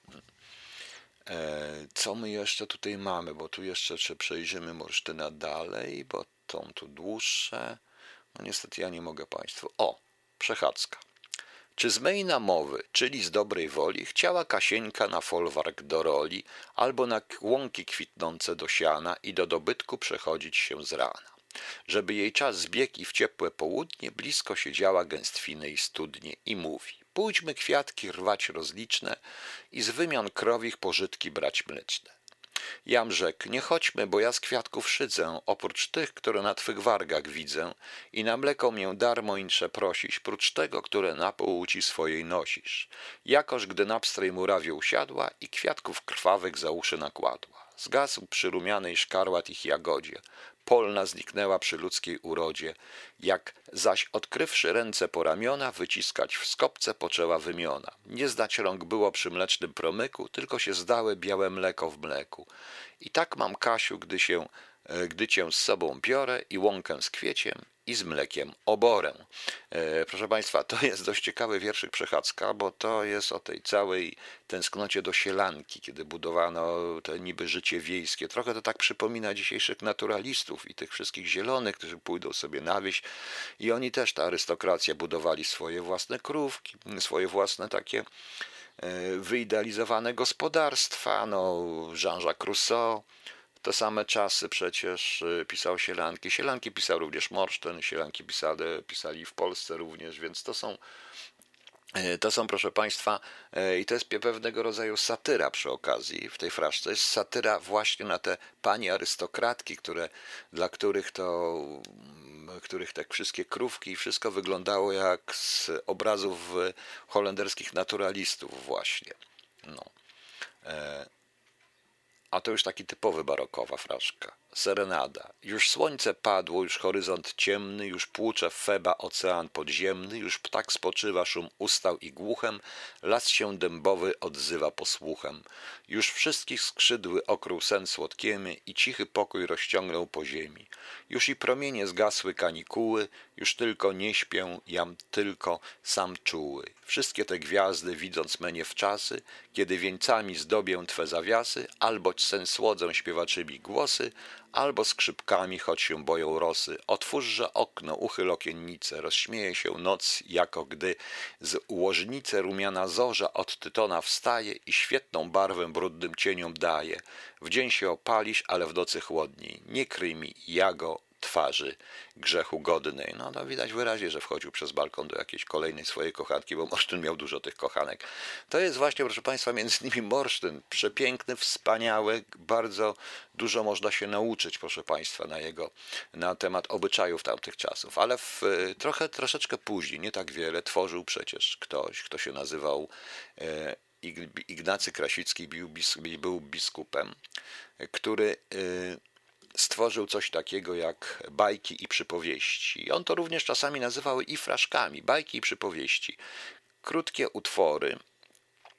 Co my jeszcze tutaj mamy, bo tu jeszcze przejrzymy Morsztyna dalej, bo tą tu dłuższe. No niestety ja nie mogę Państwu. O, przechadzka. Czy z mej namowy, czyli z dobrej woli, chciała Kasieńka na folwark do roli, albo na łąki kwitnące do siana i do dobytku przechodzić się z rana. Żeby jej czas zbiegł i w ciepłe południe blisko siedziała gęstwinej studnie i mówi: pójdźmy kwiatki rwać rozliczne i z wymian krowich pożytki brać mleczne. Jam rzekł: nie chodźmy, bo ja z kwiatków szydzę, oprócz tych, które na twych wargach widzę, i na mleko mię darmo insze prosić, prócz tego, które na płci swojej nosisz. Jakoż gdy na pstrej murawie usiadła i kwiatków krwawych za uszy nakładła. Zgasł przy rumianej szkarłat ich jagodzie, polna zniknęła przy ludzkiej urodzie, jak zaś odkrywszy ręce po ramiona, wyciskać w skopce poczęła wymiona. Nie zdać rąk było przy mlecznym promyku, tylko się zdały białe mleko w mleku. I tak mam, Kasiu, gdy cię z sobą biorę i łąkę z kwieciem i z mlekiem oborę. Proszę Państwa, to jest dość ciekawy wierszyk Przechadzka, bo to jest o tej całej tęsknocie do sielanki, kiedy budowano to niby życie wiejskie. Trochę to tak przypomina dzisiejszych naturalistów i tych wszystkich zielonych, którzy pójdą sobie na wieś i oni też, ta arystokracja, budowali swoje własne krówki, swoje własne takie wyidealizowane gospodarstwa, no Jean-Jacques Rousseau. Te same czasy przecież pisał sielanki. Sielanki pisał również Morsztyn, sielanki pisali w Polsce również, więc to są, proszę Państwa, i to jest pewnego rodzaju satyra przy okazji w tej fraszce. Jest satyra właśnie na te panie arystokratki, dla których te wszystkie krówki i wszystko wyglądało jak z obrazów holenderskich naturalistów właśnie. No. A to już taki typowy barokowa fraszka. Serenada. Już słońce padło, już horyzont ciemny, już płucze Feba ocean podziemny, już ptak spoczywa, szum ustał i głuchem, las się dębowy odzywa posłuchem. Już wszystkich skrzydły okrył sen słodkimi i cichy pokój rozciągnął po ziemi. Już i promienie zgasły kanikuły, już tylko nie śpię, jam tylko sam czuły. Wszystkie te gwiazdy, widząc mnie w czasy, kiedy wieńcami zdobię twe zawiasy, alboć sen słodzą śpiewaczymi głosy, albo skrzypkami, choć się boją rosy. Otwórzże okno, uchyl okiennice, rozśmieje się noc, jako gdy z łożnicy rumiana zorza od tytona wstaje i świetną barwę brudnym cieniom daje. W dzień się opalisz, ale w nocy chłodniej. Nie kryj mi, jago, twarzy grzechu godnej. No to widać wyraźnie, że wchodził przez balkon do jakiejś kolejnej swojej kochanki, bo Morsztyn miał dużo tych kochanek. To jest właśnie, proszę Państwa, między innymi Morsztyn. Przepiękny, wspaniały, bardzo dużo można się nauczyć, proszę Państwa, na temat obyczajów tamtych czasów. Ale troszeczkę później, nie tak wiele, tworzył przecież ktoś, kto się nazywał Ignacy Krasicki, był biskupem, który stworzył coś takiego jak bajki i przypowieści. I on to również czasami nazywał i fraszkami, bajki i przypowieści. Krótkie utwory,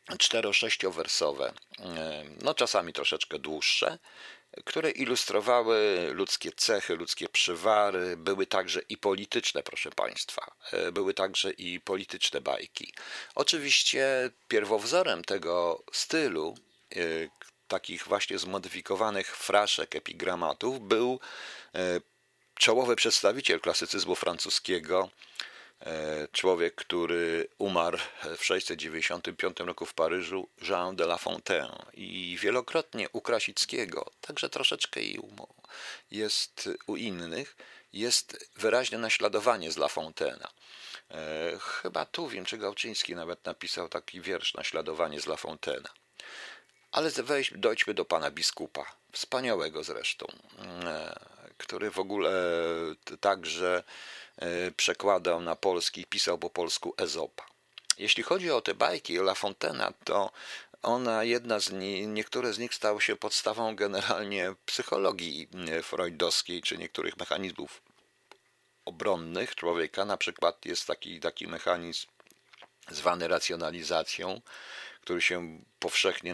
cztero-sześciowersowe, no czasami troszeczkę dłuższe, które ilustrowały ludzkie cechy, ludzkie przywary, były także i polityczne, proszę Państwa, były także i polityczne bajki. Oczywiście pierwowzorem tego stylu, takich właśnie zmodyfikowanych fraszek, epigramatów, był czołowy przedstawiciel klasycyzmu francuskiego, człowiek, który umarł w 695 roku w Paryżu, Jean de La Fontaine. I wielokrotnie u Krasickiego, także troszeczkę i jest u innych, jest wyraźne naśladowanie z La Fontaine'a. Chyba tu wiem, czy Gałczyński nawet napisał taki wiersz, naśladowanie z La Fontaine'a. Ale dojdźmy do pana biskupa, wspaniałego zresztą, który w ogóle także przekładał na polski, pisał po polsku Ezopa. Jeśli chodzi o te bajki o La Fontaine'a, to niektóre z nich stały się podstawą generalnie psychologii freudowskiej, czy niektórych mechanizmów obronnych człowieka. Na przykład jest taki mechanizm zwany racjonalizacją, który się powszechnie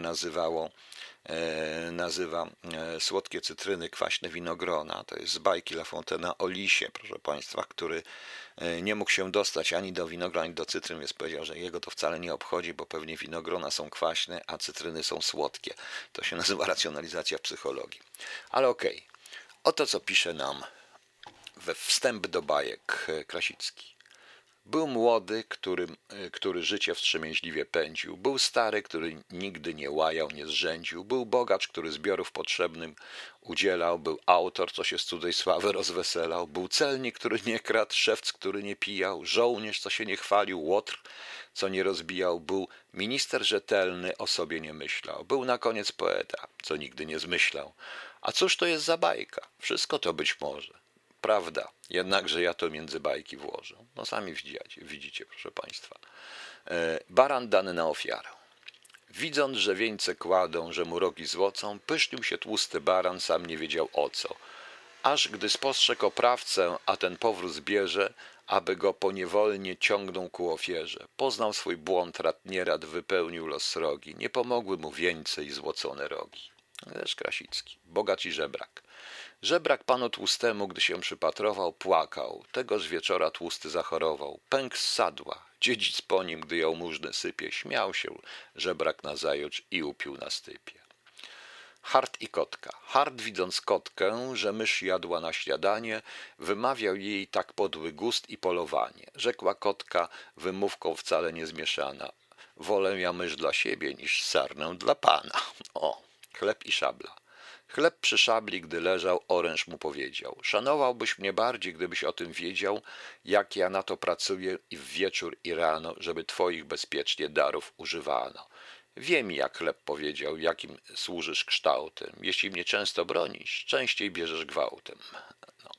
nazywa słodkie cytryny, kwaśne winogrona. To jest z bajki La Fontaine'a o lisie, proszę Państwa, który nie mógł się dostać ani do winogron, ani do cytryn, więc powiedział, że jego to wcale nie obchodzi, bo pewnie winogrona są kwaśne, a cytryny są słodkie. To się nazywa racjonalizacja w psychologii. Ale okej. Oto co pisze nam we wstęp do bajek Krasicki. Był młody, który życie wstrzemięźliwie pędził. Był stary, który nigdy nie łajał, nie zrzędził. Był bogacz, który zbiorów potrzebnym udzielał. Był autor, co się z cudzej sławy rozweselał. Był celnik, który nie kradł, szewc, który nie pijał. Żołnierz, co się nie chwalił, łotr, co nie rozbijał. Był minister rzetelny, o sobie nie myślał. Był na koniec poeta, co nigdy nie zmyślał. A cóż to jest za bajka? Wszystko to być może. Prawda, jednakże ja to między bajki włożę. No sami widzicie, proszę Państwa. Baran dany na ofiarę. Widząc, że wieńce kładą, że mu rogi złocą, pysznił się tłusty baran, sam nie wiedział o co. Aż gdy spostrzegł oprawcę, a ten powrót bierze, aby go poniewolnie ciągnął ku ofierze. Poznał swój błąd, rad nierad wypełnił los srogi. Nie pomogły mu wieńce i złocone rogi. Też Krasicki. Bogacz i żebrak. Żebrak panu tłustemu, gdy się przypatrował, płakał. Tegoż wieczora tłusty zachorował. Pękł z sadła. Dziedzic po nim, gdy jałmużnę sypie, śmiał się żebrak nazajutrz i upił na stypie. Hart i kotka. Hart, widząc kotkę, że mysz jadła na śniadanie, wymawiał jej tak podły gust i polowanie. Rzekła kotka, wymówką wcale nie zmieszana. Wolę ja mysz dla siebie, niż sarnę dla pana. O, chleb i szabla. Chleb przy szabli, gdy leżał, oręż mu powiedział. Szanowałbyś mnie bardziej, gdybyś o tym wiedział, jak ja na to pracuję i w wieczór i rano, żeby twoich bezpiecznie darów używano. Wiem, jak chleb powiedział, jakim służysz kształtem. Jeśli mnie często bronisz, częściej bierzesz gwałtem. No.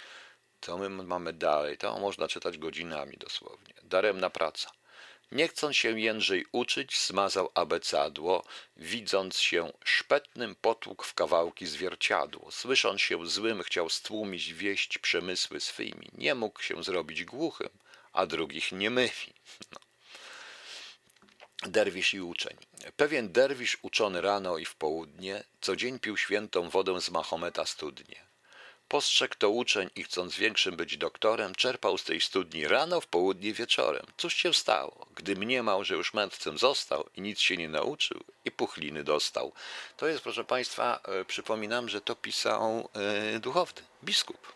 To my mamy dalej, to można czytać godzinami dosłownie. Daremna praca. Nie chcąc się Jędrzej uczyć, zmazał abecadło, widząc się szpetnym, potłukł w kawałki zwierciadło. Słysząc się złym, chciał stłumić wieść przemysły swymi. Nie mógł się zrobić głuchym, a drugich niemymi. No. Derwisz i uczeń. Pewien derwisz uczony rano i w południe, co dzień pił świętą wodę z Mahometa studnie. Postrzegł to uczeń i chcąc większym być doktorem, czerpał z tej studni rano, w południe, wieczorem. Cóż się stało? Gdy mniemał, że już mędrcem został i nic się nie nauczył i puchliny dostał. To jest, proszę Państwa, przypominam, że to pisał duchowny, biskup.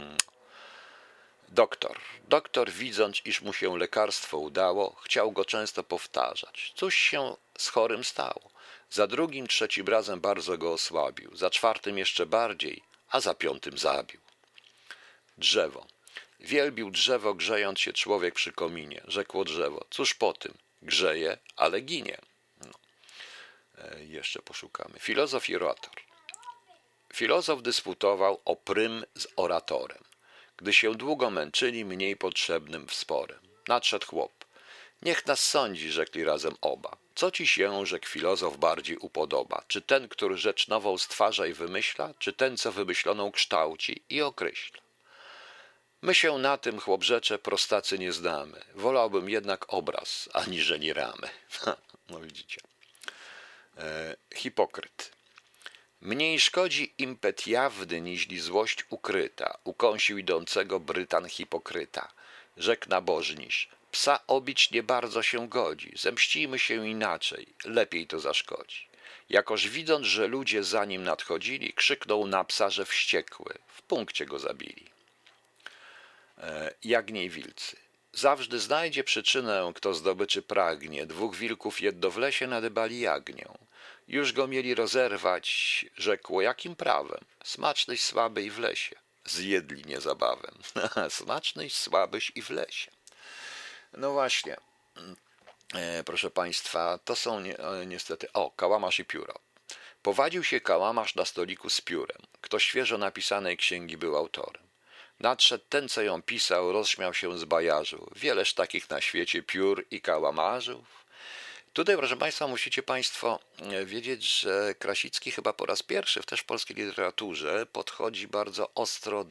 Doktor, widząc, iż mu się lekarstwo udało, chciał go często powtarzać. Cóż się z chorym stało? Za drugim, trzecim razem bardzo go osłabił, za czwartym jeszcze bardziej, a za piątym zabił. Drzewo. Wielbił drzewo, grzejąc się człowiek przy kominie. Rzekło drzewo, cóż po tym? Grzeje, ale ginie. No. Jeszcze poszukamy. Filozof i orator. Filozof dysputował o prym z oratorem. Gdy się długo męczyli, mniej potrzebnym w sporem. Nadszedł chłop. Niech nas sądzi, rzekli razem oba. Co ci się, rzekł filozof, bardziej upodoba? Czy ten, który rzecz nową stwarza i wymyśla, czy ten, co wymyśloną kształci i określa? My się na tym, chłoprzecie, prostacy nie znamy. Wolałbym jednak obraz, aniżeli ramy. No widzicie. Hipokryt. Mniej szkodzi impet jawny, niźli złość ukryta. Ukąsił idącego Brytan hipokryta. Rzekł nabożniś. Psa obić nie bardzo się godzi. Zemścimy się inaczej. Lepiej to zaszkodzi. Jakoż widząc, że ludzie za nim nadchodzili, krzyknął na psa, że wściekły. W punkcie go zabili. Jagniej wilcy. Zawsze znajdzie przyczynę, kto zdobyczy pragnie. Dwóch wilków jedno w lesie nadybali jagnię. Już go mieli rozerwać, rzekło, jakim prawem? Smacznyś, słaby i w lesie. Zjedli niezabawem. Smacznyś, słabyś i w lesie. No właśnie, proszę Państwa, to są niestety... Kałamarz i pióro. Powadził się kałamarz na stoliku z piórem. Kto świeżo napisanej księgi był autorem. Nadszedł ten, co ją pisał, rozśmiał się z bajarzu. Wieleż takich na świecie piór i kałamarzów. Tutaj, proszę Państwa, musicie Państwo wiedzieć, że Krasicki chyba po raz pierwszy też w polskiej literaturze podchodzi bardzo ostro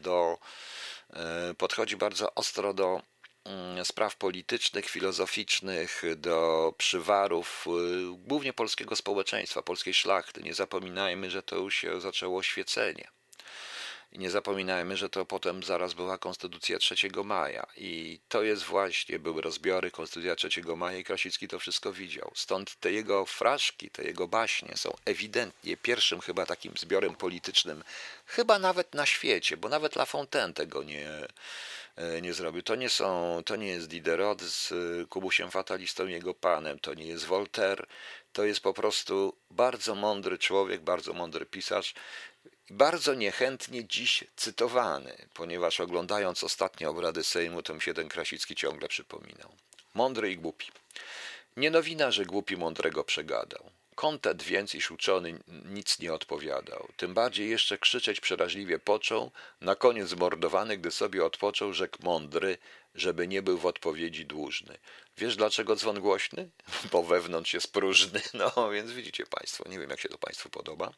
do spraw politycznych, filozoficznych, do przywarów, głównie polskiego społeczeństwa, polskiej szlachty. Nie zapominajmy, że to już się zaczęło oświecenie. I nie zapominajmy, że to potem zaraz była Konstytucja 3 maja i to jest właśnie, były rozbiory, Konstytucja 3 maja i Krasicki to wszystko widział. Stąd te jego fraszki, te jego baśnie są ewidentnie pierwszym chyba takim zbiorem politycznym, chyba nawet na świecie, bo nawet La Fontaine tego nie zrobił. To nie jest Diderot z Kubusiem Fatalistą i jego panem, to nie jest Voltaire, to jest po prostu bardzo mądry człowiek, bardzo mądry pisarz, bardzo niechętnie dziś cytowany, ponieważ oglądając ostatnie obrady Sejmu, to mi się ten Krasicki ciągle przypominał. Mądry i głupi. Nie nowina, że głupi mądrego przegadał. Kontent więc, iż uczony nic nie odpowiadał. Tym bardziej jeszcze krzyczeć przeraźliwie począł, na koniec zmordowany, gdy sobie odpoczął, rzekł mądry, żeby nie był w odpowiedzi dłużny. Wiesz, dlaczego dzwon głośny? Bo wewnątrz jest próżny. No, więc widzicie Państwo, nie wiem, jak się to Państwu podoba.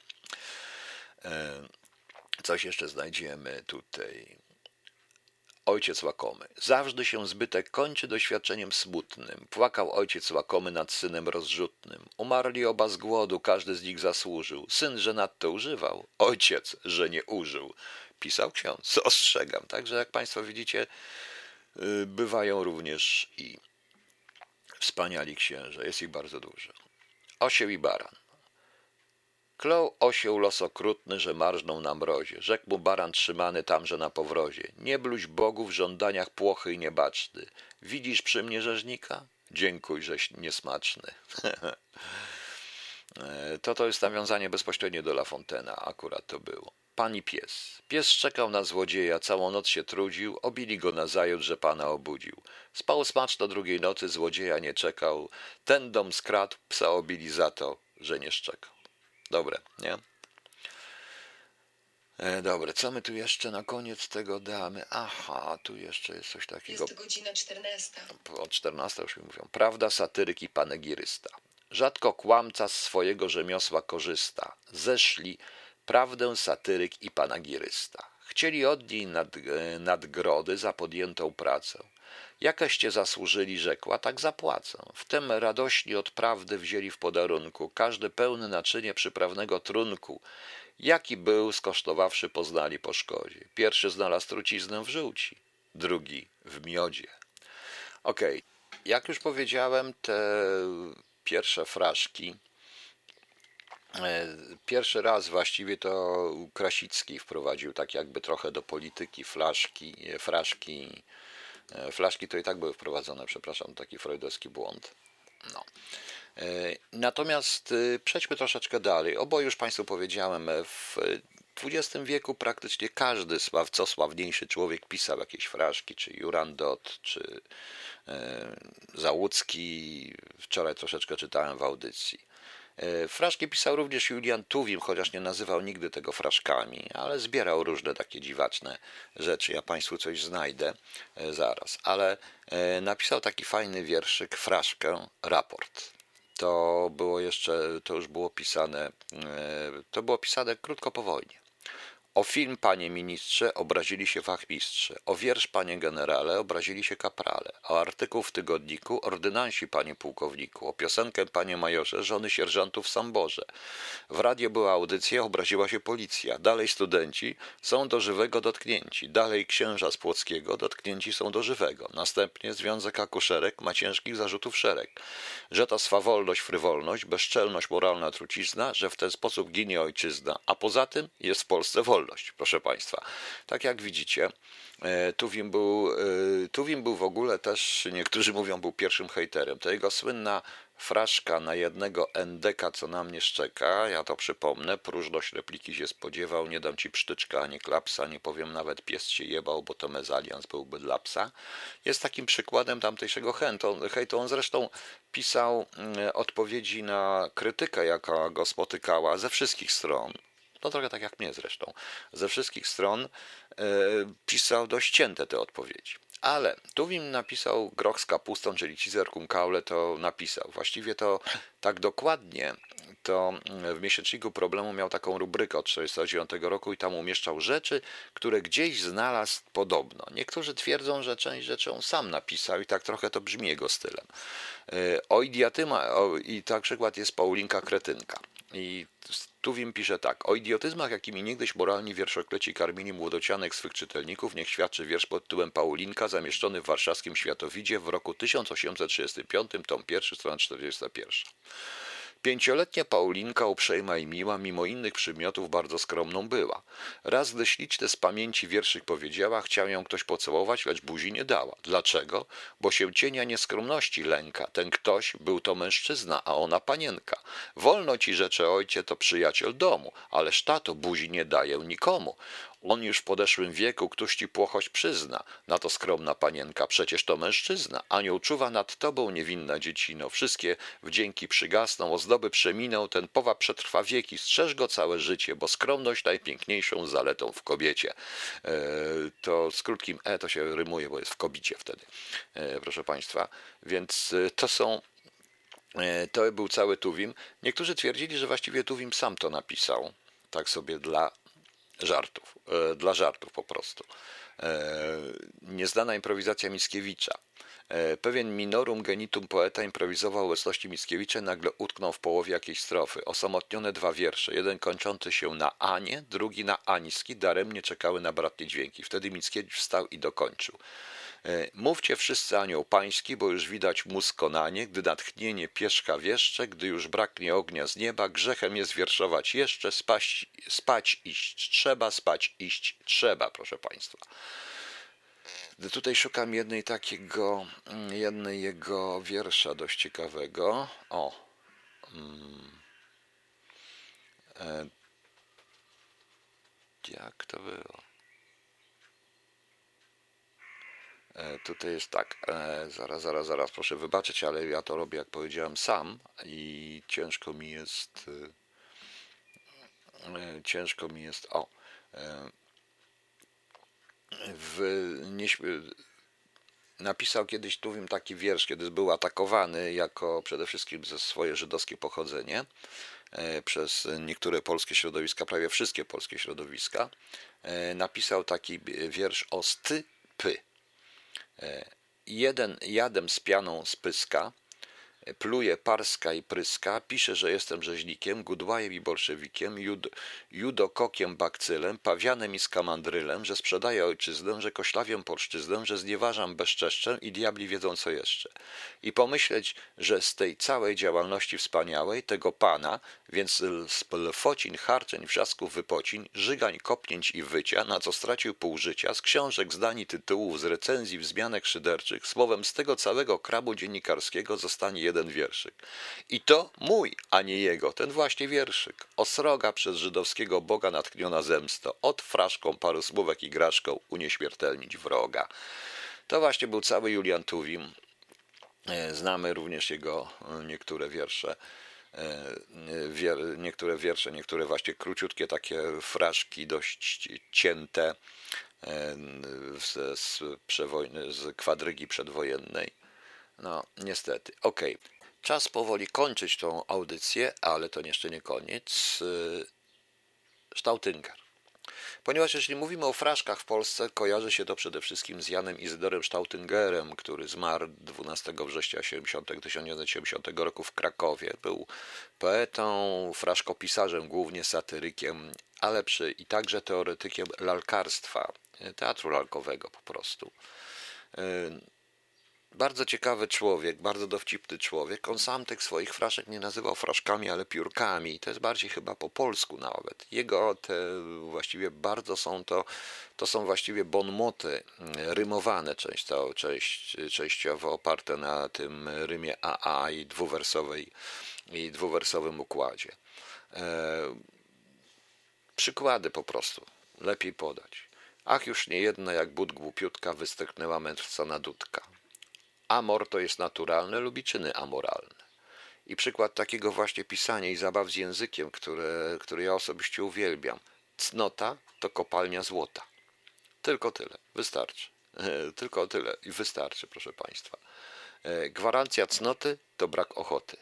Coś jeszcze znajdziemy tutaj. Ojciec łakomy. Zawsze się zbytek kończy doświadczeniem smutnym. Płakał ojciec łakomy nad synem rozrzutnym. Umarli oba z głodu, każdy z nich zasłużył. Syn, że nadto używał, ojciec, że nie użył. Pisał ksiądz, ostrzegam. Także jak Państwo widzicie, bywają również i wspaniali księże. Jest ich bardzo dużo. Osieł i baran. Klął osieł los okrutny, że marżną na mrozie. Rzekł mu baran trzymany tamże na powrozie. Nie bluź Bogu w żądaniach płochy i niebaczny. Widzisz przy mnie rzeźnika? Dziękuj, żeś niesmaczny. To jest nawiązanie bezpośrednio do La Fontaine'a. Akurat to było. Pan i pies. Pies szczekał na złodzieja, całą noc się trudził, obili go nazajutrz, że pana obudził. Spał smaczno drugiej nocy, złodzieja nie czekał. Ten dom skradł, psa obili za to, że nie szczekał. Dobre, nie? Dobre, co my tu jeszcze na koniec tego damy? Aha, tu jeszcze jest coś takiego. Jest godzina 14. O 14 już mi mówią. Prawda, satyryk i panegirysta. Rzadko kłamca z swojego rzemiosła korzysta. Zeszli prawdę satyryk i panegirysta. Chcieli od niej nadgrody za podjętą pracę. Jakaście zasłużyli, rzekła, tak zapłacę. Wtem radośnie od prawdy wzięli w podarunku, każdy pełny naczynie przyprawnego trunku. Jaki był, skosztowawszy, poznali po szkodzie. Pierwszy znalazł truciznę w żółci, drugi w miodzie. Okej, jak już powiedziałem, te pierwsze fraszki, pierwszy raz właściwie to Krasicki wprowadził tak jakby trochę do polityki Flaszki to i tak były wprowadzone, przepraszam, taki freudowski błąd. No. Natomiast przejdźmy troszeczkę dalej. Bo już Państwu powiedziałem, w XX wieku praktycznie każdy co sławniejszy człowiek pisał jakieś fraszki, czy Jurandot, czy Załucki. Wczoraj troszeczkę czytałem w audycji. Fraszki pisał również Julian Tuwim, chociaż nie nazywał nigdy tego fraszkami, ale zbierał różne takie dziwaczne rzeczy. Ja Państwu coś znajdę zaraz. Ale napisał taki fajny wierszyk, fraszkę, raport. To już było pisane, to było pisane krótko po wojnie. O film, panie ministrze, obrazili się wachmistrze. O wiersz, panie generale, obrazili się kaprale. O artykuł w tygodniku, ordynansi, panie pułkowniku. O piosenkę, panie majorze, żony sierżantów w samborze. W radio była audycja, obraziła się policja. Dalej studenci są do żywego dotknięci. Dalej księża z Płockiego dotknięci są do żywego. Następnie Związek Akuszerek ma ciężkich zarzutów szereg. Że to swawolność, frywolność, bezczelność, moralna trucizna, że w ten sposób ginie ojczyzna. A poza tym jest w Polsce wolność, proszę państwa. Tak jak widzicie, Tuwim był w ogóle też, niektórzy mówią, był pierwszym hejterem. To jego słynna fraszka na jednego NDK, co na mnie szczeka, ja to przypomnę, próżność repliki się spodziewał, nie dam ci psztyczka ani klapsa, nie powiem nawet pies się jebał, bo to mezalians byłby dla psa, jest takim przykładem tamtejszego hejtu. On zresztą pisał odpowiedzi na krytykę, jaka go spotykała ze wszystkich stron. No trochę tak jak mnie zresztą. Ze wszystkich stron pisał dość cięte te odpowiedzi. Ale Tuwim napisał groch z kapustą, czyli Cizer cum caule to napisał. Właściwie to tak dokładnie to w miesięczniku Problemu miał taką rubrykę od 1949 roku i tam umieszczał rzeczy, które gdzieś znalazł podobno. Niektórzy twierdzą, że część rzeczy on sam napisał i tak trochę to brzmi jego stylem. I tak przykład jest Paulinka Kretynka. I Tuwim pisze tak. O idiotyzmach, jakimi niegdyś moralni wierszokleci karmili młodocianek swych czytelników, niech świadczy wiersz pod tytułem Paulinka, zamieszczony w warszawskim Światowidzie w roku 1835, tom 1, strona 41. Pięcioletnia Paulinka, uprzejma i miła, mimo innych przymiotów bardzo skromną była. Raz, gdy śliczne z pamięci wierszyk powiedziała, chciał ją ktoś pocałować, lecz buzi nie dała. Dlaczego? Bo się cienia nieskromności lęka. Ten ktoś był to mężczyzna, a ona panienka. Wolno ci rzecze ojcie, to przyjaciel domu, ależ tato buzi nie daje nikomu. On już w podeszłym wieku, któż ci płochość przyzna. Na to skromna panienka, przecież to mężczyzna. Anioł czuwa nad tobą, niewinna dziecino. Wszystkie wdzięki przygasną, ozdoby przeminą, ten powab przetrwa wieki. Strzeż go całe życie, bo skromność najpiękniejszą zaletą w kobiecie. To z krótkim e to się rymuje, bo jest w kobicie wtedy, proszę państwa. Więc to był cały Tuwim. Niektórzy twierdzili, że właściwie Tuwim sam to napisał. Tak sobie dla żartów po prostu. Nieznana improwizacja Mickiewicza. Pewien minorum genitum poeta improwizował obecności Mickiewicza, nagle utknął w połowie jakiejś strofy. Osamotnione dwa wiersze, jeden kończący się na Anie, drugi na Ański, daremnie czekały na bratnie dźwięki. Wtedy Mickiewicz wstał i dokończył. Mówcie wszyscy anioł pański, bo już widać mus konanie, gdy natchnienie pierzcha wieszcze, gdy już braknie ognia z nieba, grzechem jest wierszować jeszcze, spać iść trzeba, proszę państwa. Tutaj szukam jednej jego wiersza dość ciekawego. Jak to było? Tutaj jest tak, zaraz, proszę wybaczyć, ale ja to robię, jak powiedziałem, sam i ciężko mi jest, napisał kiedyś Tuwim taki wiersz, kiedy był atakowany jako przede wszystkim ze swoje żydowskie pochodzenie przez niektóre polskie środowiska, prawie wszystkie polskie środowiska. Napisał taki wiersz o stypy. Jeden jadem z pianą spyska, pluje, parska i pryska, pisze, że jestem rzeźnikiem, gudłajem i bolszewikiem, judokokiem, bakcylem, pawianem i skamandrylem, że sprzedaję ojczyznę, że koślawię polszczyznę, że znieważam bezczeszczę i diabli wiedzą co jeszcze. I pomyśleć, że z tej całej działalności wspaniałej, tego pana, więc z lfocin, harczeń, wrzasków, wypocin, żygań, kopnięć i wycia, na co stracił pół życia, z książek, zdań i tytułów, z recenzji, wzmianek szyderczych, słowem z tego całego krabu dziennikarskiego zostanie jeden wierszyk. I to mój, a nie jego, ten właśnie wierszyk. Osroga przez żydowskiego Boga natkniona zemsto, od fraszką paru słówek i graszką unieśmiertelnić wroga. To właśnie był cały Julian Tuwim. Znamy również jego niektóre wiersze, niektóre właśnie króciutkie takie fraszki, dość cięte z kwadrygi przedwojennej. No, niestety. Okej. Czas powoli kończyć tą audycję, ale to jeszcze nie koniec. Stautynger. Ponieważ jeśli mówimy o fraszkach w Polsce, kojarzy się to przede wszystkim z Janem Izydorem Stautyngerem, który zmarł 12 września 1970 roku w Krakowie. Był poetą, fraszkopisarzem, głównie satyrykiem, ale i także teoretykiem lalkarstwa, teatru lalkowego po prostu. Bardzo ciekawy człowiek, bardzo dowcipny człowiek. On sam tych swoich fraszek nie nazywał fraszkami, ale piórkami. To jest bardziej chyba po polsku nawet. Jego te właściwie bardzo to są właściwie bonmoty rymowane częściowo oparte na tym rymie AA i dwuwersowym układzie. Przykłady po prostu, lepiej podać. Ach, już nie jedna jak but głupiutka wystyknęła mędrca dudka. Amor to jest naturalne lub i czyny amoralne. I przykład takiego właśnie pisania i zabaw z językiem, który ja osobiście uwielbiam. Cnota to kopalnia złota. Tylko tyle, wystarczy. Tylko tyle i wystarczy, proszę Państwa. Gwarancja cnoty to brak ochoty.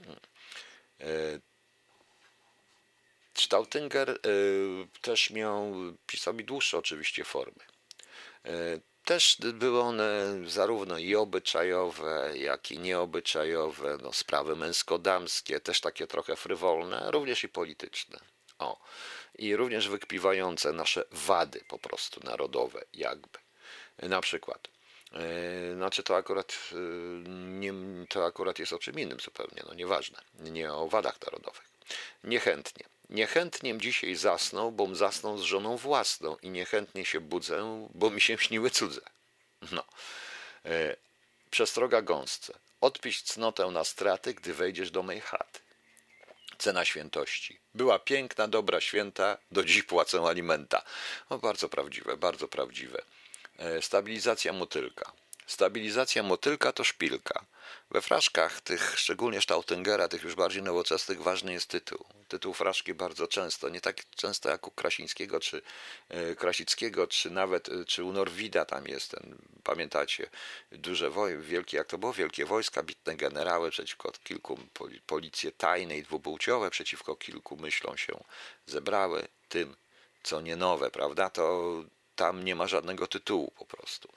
Stautynger też pisał mi dłuższe oczywiście formy. Też były one zarówno i obyczajowe, jak i nieobyczajowe, sprawy męsko-damskie, też takie trochę frywolne, również i polityczne. I również wykpiwające nasze wady po prostu narodowe, jakby. Na przykład, to akurat jest o czym innym zupełnie, nieważne, nie o wadach narodowych. Niechętnie. Niechętniem dzisiaj zasnął, bom zasnął z żoną własną i niechętnie się budzę, bo mi się śniły cudze. Przestroga gąsce. Odpisz cnotę na straty, gdy wejdziesz do mej chaty. Cena świętości. Była piękna, dobra, święta, do dziś płacę alimenta. Bardzo prawdziwe, bardzo prawdziwe. Stabilizacja motylka. Stabilizacja motylka to szpilka. We fraszkach tych, szczególnie Stautyngera, tych już bardziej nowoczesnych, ważny jest tytuł. Tytuł fraszki bardzo często, nie tak często jak u Krasińskiego, czy Krasickiego, czy nawet czy u Norwida tam jest ten, pamiętacie, wielkie, jak to było, wielkie wojska, bitne generały przeciwko kilku, policje tajne i dwupłciowe przeciwko kilku myślom się zebrały, tym, co nie nowe, prawda, to tam nie ma żadnego tytułu po prostu.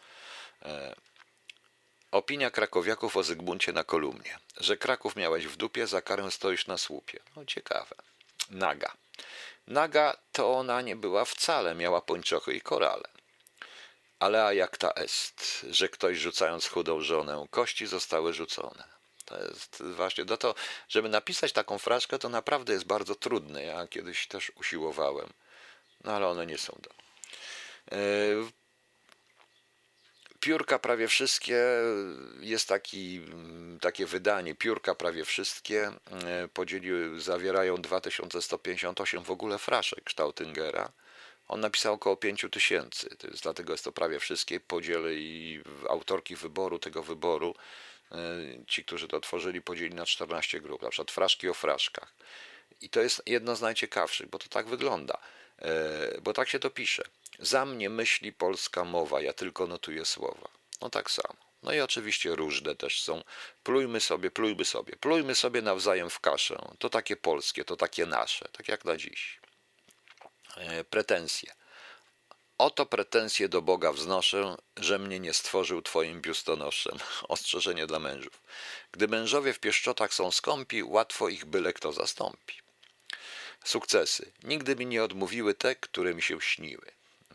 Opinia krakowiaków o Zygmuncie na kolumnie, że Kraków miałeś w dupie, za karę stoisz na słupie. Ciekawe. Naga. Naga to ona nie była wcale, miała pończochy i korale. Ale a jak ta est, że ktoś rzucając chudą żonę, kości zostały rzucone. To jest właśnie to, żeby napisać taką fraszkę, to naprawdę jest bardzo trudne. Ja kiedyś też usiłowałem, ale one nie są do. Piórka prawie wszystkie, jest takie wydanie, piórka prawie wszystkie zawierają 2158 w ogóle fraszek Stautyngera. On napisał około 5000, dlatego jest to prawie wszystkie podziely i autorki tego wyboru, ci, którzy to tworzyli, podzielili na 14 grup, na przykład fraszki o fraszkach. I to jest jedno z najciekawszych, bo to tak wygląda, bo tak się to pisze. Za mnie myśli polska mowa, ja tylko notuję słowa. Tak samo. I oczywiście różne też są. Plujmy sobie nawzajem w kaszę. To takie polskie, to takie nasze, tak jak na dziś. Pretensje. Oto pretensje do Boga wznoszę, że mnie nie stworzył twoim biustonoszem. Ostrzeżenie dla mężów. Gdy mężowie w pieszczotach są skąpi, łatwo ich byle kto zastąpi. Sukcesy. Nigdy mi nie odmówiły te, które mi się śniły.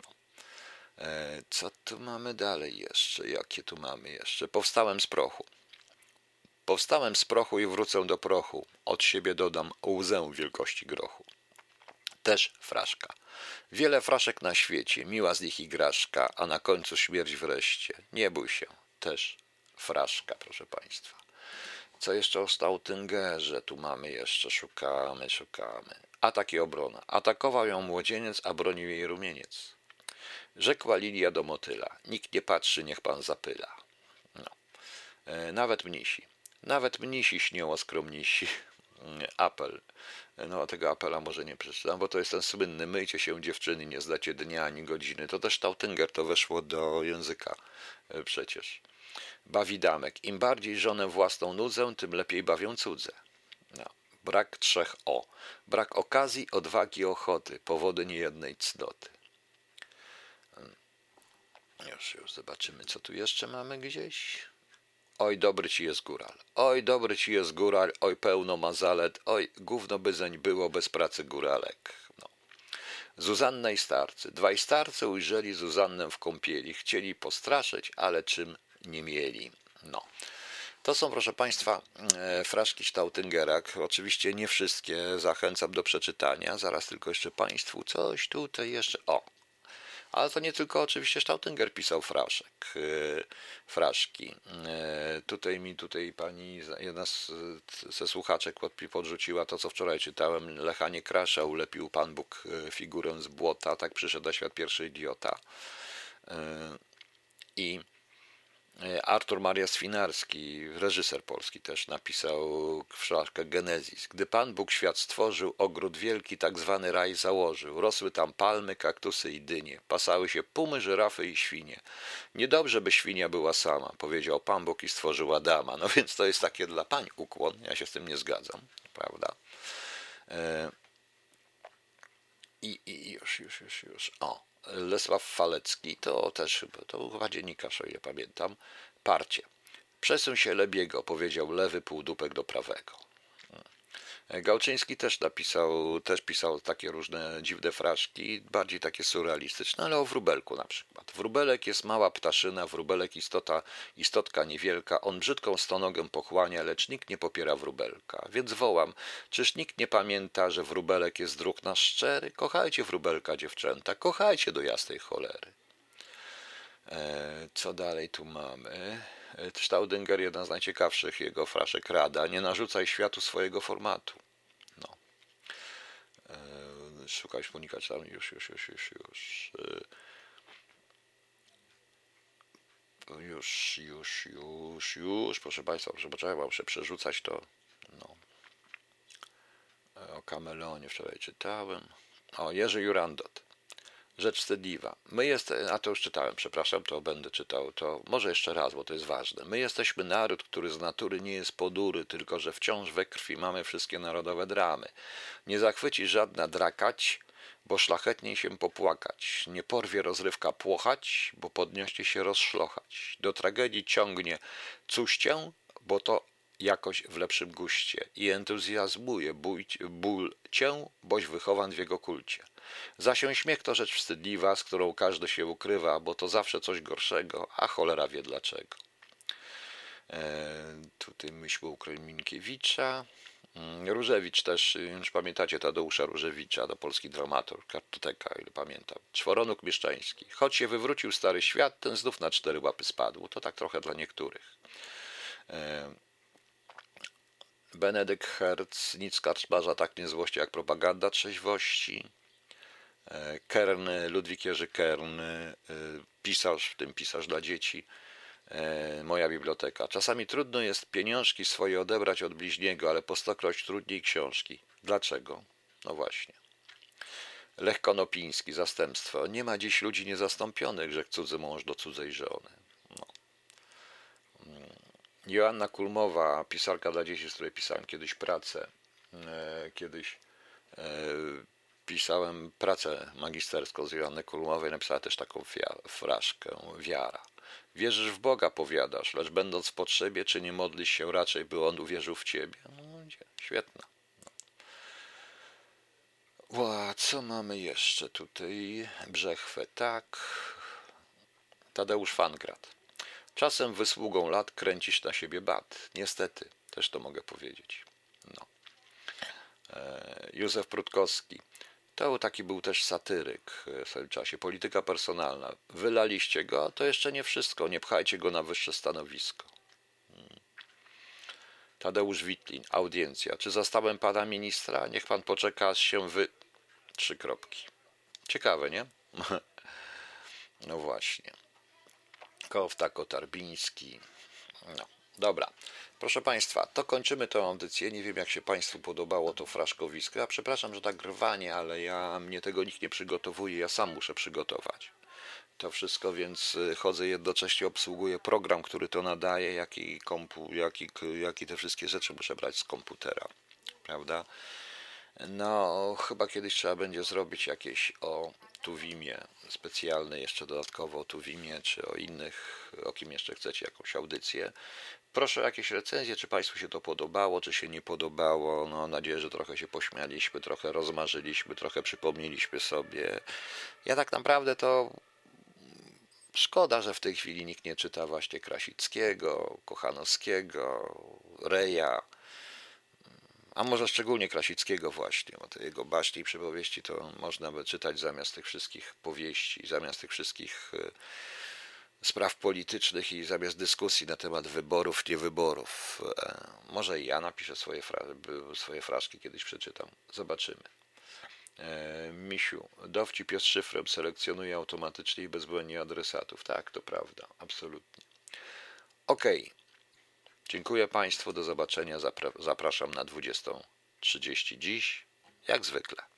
Co tu mamy dalej jeszcze? Jakie tu mamy jeszcze? Powstałem z prochu. Powstałem z prochu i wrócę do prochu. Od siebie dodam łzę wielkości grochu. Też fraszka. Wiele fraszek na świecie, miła z nich igraszka, a na końcu śmierć wreszcie. Nie bój się. Też fraszka, proszę Państwa. Co jeszcze o Stautyngerze? Tu mamy jeszcze, szukamy. Atak i obrona. Atakował ją młodzieniec, a bronił jej rumieniec. Rzekła Lilia do motyla. Nikt nie patrzy, niech pan zapyla. Nawet mnisi śnią o skromnisi. Apel. Tego apela może nie przeczytam, bo to jest ten słynny myjcie się dziewczyny, nie zdacie dnia ani godziny. To też Stautynger, to weszło do języka przecież. Bawi damek. Im bardziej żonę własną nudzę, tym lepiej bawią cudze. Brak 3 O. Brak okazji, odwagi, ochoty, powody niejednej cnoty. Już zobaczymy, co tu jeszcze mamy gdzieś. Oj, dobry ci jest góral. Oj, dobry ci jest góral, oj, pełno ma zalet, oj, gówno by zeń było bez pracy góralek. No. Zuzanna i starcy. Dwaj starcy ujrzeli Zuzannę w kąpieli. Chcieli postraszyć, ale czym nie mieli. No. To są, proszę Państwa, fraszki Stautingera. Oczywiście nie wszystkie, zachęcam do przeczytania. Zaraz tylko jeszcze Państwu coś tutaj jeszcze. O! Ale to nie tylko oczywiście Stautinger pisał fraszki. Tutaj pani, jedna ze słuchaczek podrzuciła to, co wczoraj czytałem. Lecha Niekrasza ulepił Pan Bóg figurę z błota. Tak przyszedł na świat pierwszy idiota. I Artur Maria Swinarski, reżyser polski, też napisał fraszkę Genezis. Gdy Pan Bóg świat stworzył, ogród wielki, tak zwany raj założył. Rosły tam palmy, kaktusy i dynie. Pasały się pumy, żyrafy i świnie. Niedobrze, by świnia była sama, powiedział Pan Bóg i stworzył Adama. No więc to jest takie dla pań ukłon. Ja się z tym nie zgadzam, prawda? Już. O. Lesław Falecki, to też, to chyba dziennikarz, o ile pamiętam. Parcie. Przesuń się Lebiego, powiedział lewy półdupek do prawego. Gałczyński też pisał takie różne dziwne fraszki, bardziej takie surrealistyczne, ale o wróbelku na przykład. Wróbelek jest mała ptaszyna, wróbelek istotka niewielka, on brzydką stonogę pochłania, lecz nikt nie popiera wróbelka. Więc wołam, czyż nikt nie pamięta, że wróbelek jest drug nasz szczery? Kochajcie wróbelka, dziewczęta, kochajcie do jasnej cholery. Co dalej tu mamy? Staudinger, jeden z najciekawszych jego fraszek, rada, nie narzucaj światu swojego formatu. No. Szukać unikać tam już. Proszę Państwa, muszę przerzucać to. No. O Kameleonie wczoraj czytałem. O, Jerzy Jurandot. Rzecz wstydliwa. A to już czytałem, przepraszam, to będę czytał, to może jeszcze raz, bo to jest ważne. My jesteśmy naród, który z natury nie jest podury, tylko że wciąż we krwi mamy wszystkie narodowe dramy. Nie zachwyci żadna drakać, bo szlachetniej się popłakać. Nie porwie rozrywka płochać, bo podniesie się rozszlochać. Do tragedii ciągnie cuście, bo to jakoś w lepszym guście i entuzjazmuje ból cię, boś wychowan w jego kulcie. Zasią śmiech to rzecz wstydliwa, z którą każdy się ukrywa, bo to zawsze coś gorszego, a cholera wie dlaczego. Tutaj myśl Minkiewicza. Różewicz też, już pamiętacie Tadeusza Różewicza, to polski dramaturg, kartoteka, ile pamiętam. Czworonóg mieszczański. Choć się wywrócił stary świat, ten znów na 4 łapy spadł. To tak trochę dla niektórych. Benedykt Herz, nic karczmarza tak nie złości jak propaganda trzeźwości. Kern, Ludwik Jerzy Kern, pisarz, w tym pisarz dla dzieci. Moja biblioteka. Czasami trudno jest pieniążki swoje odebrać od bliźniego, ale po stokroć trudniej książki. Dlaczego? No właśnie. Lech Konopiński, zastępstwo. Nie ma dziś ludzi niezastąpionych, rzekł cudzy mąż do cudzej żony. No. Joanna Kulmowa, pisarka dla dzieci, z której pisałem kiedyś pracę. Pisałem pracę magisterską z Joanny Kulmowej, napisała też taką fraszkę, wiara. Wierzysz w Boga, powiadasz, lecz będąc w potrzebie, czy nie modlisz się raczej, by On uwierzył w ciebie? No, świetna. No. Co mamy jeszcze tutaj? Brzechwę, tak. Tadeusz Fangrad. Czasem wysługą lat kręcisz na siebie bat. Niestety, też to mogę powiedzieć. No. Józef Prutkowski. To taki był też satyryk w swoim czasie. Polityka personalna. Wylaliście go, to jeszcze nie wszystko. Nie pchajcie go na wyższe stanowisko. Tadeusz Witlin. Audiencja. Czy zastałem pana ministra? Niech pan poczeka, aż się 3 kropki. Ciekawe, nie? No właśnie. Kowta, Kotarbiński. No, dobra. Proszę Państwa, to kończymy tę audycję. Nie wiem, jak się Państwu podobało to fraszkowisko. Ja przepraszam, że tak rwanie, ale mnie tego nikt nie przygotowuje. Ja sam muszę przygotować to wszystko, więc chodzę jednocześnie, obsługuję program, który to nadaje, jaki te wszystkie rzeczy muszę brać z komputera. prawda? No, chyba kiedyś trzeba będzie zrobić jakieś o Tuwimie specjalne, jeszcze dodatkowo o Tuwimie, czy o innych, o kim jeszcze chcecie, jakąś audycję. Proszę o jakieś recenzje, czy Państwu się to podobało, czy się nie podobało. No, mam nadzieję, że trochę się pośmialiśmy, trochę rozmarzyliśmy, trochę przypomnieliśmy sobie. Ja tak naprawdę to szkoda, że w tej chwili nikt nie czyta właśnie Krasickiego, Kochanowskiego, Reja, a może szczególnie Krasickiego właśnie, bo te jego baśnie i przypowieści to można by czytać zamiast tych wszystkich powieści, zamiast tych wszystkich spraw politycznych i zamiast dyskusji na temat wyborów, niewyborów. Może i ja napiszę swoje fraszki, kiedyś przeczytam. Zobaczymy. Misiu, dowcip jest szyfrem, selekcjonuje automatycznie i bezbłędnie adresatów. Tak, to prawda, absolutnie. Okej, dziękuję Państwu, do zobaczenia. Zapraszam na 20:30 dziś, jak zwykle.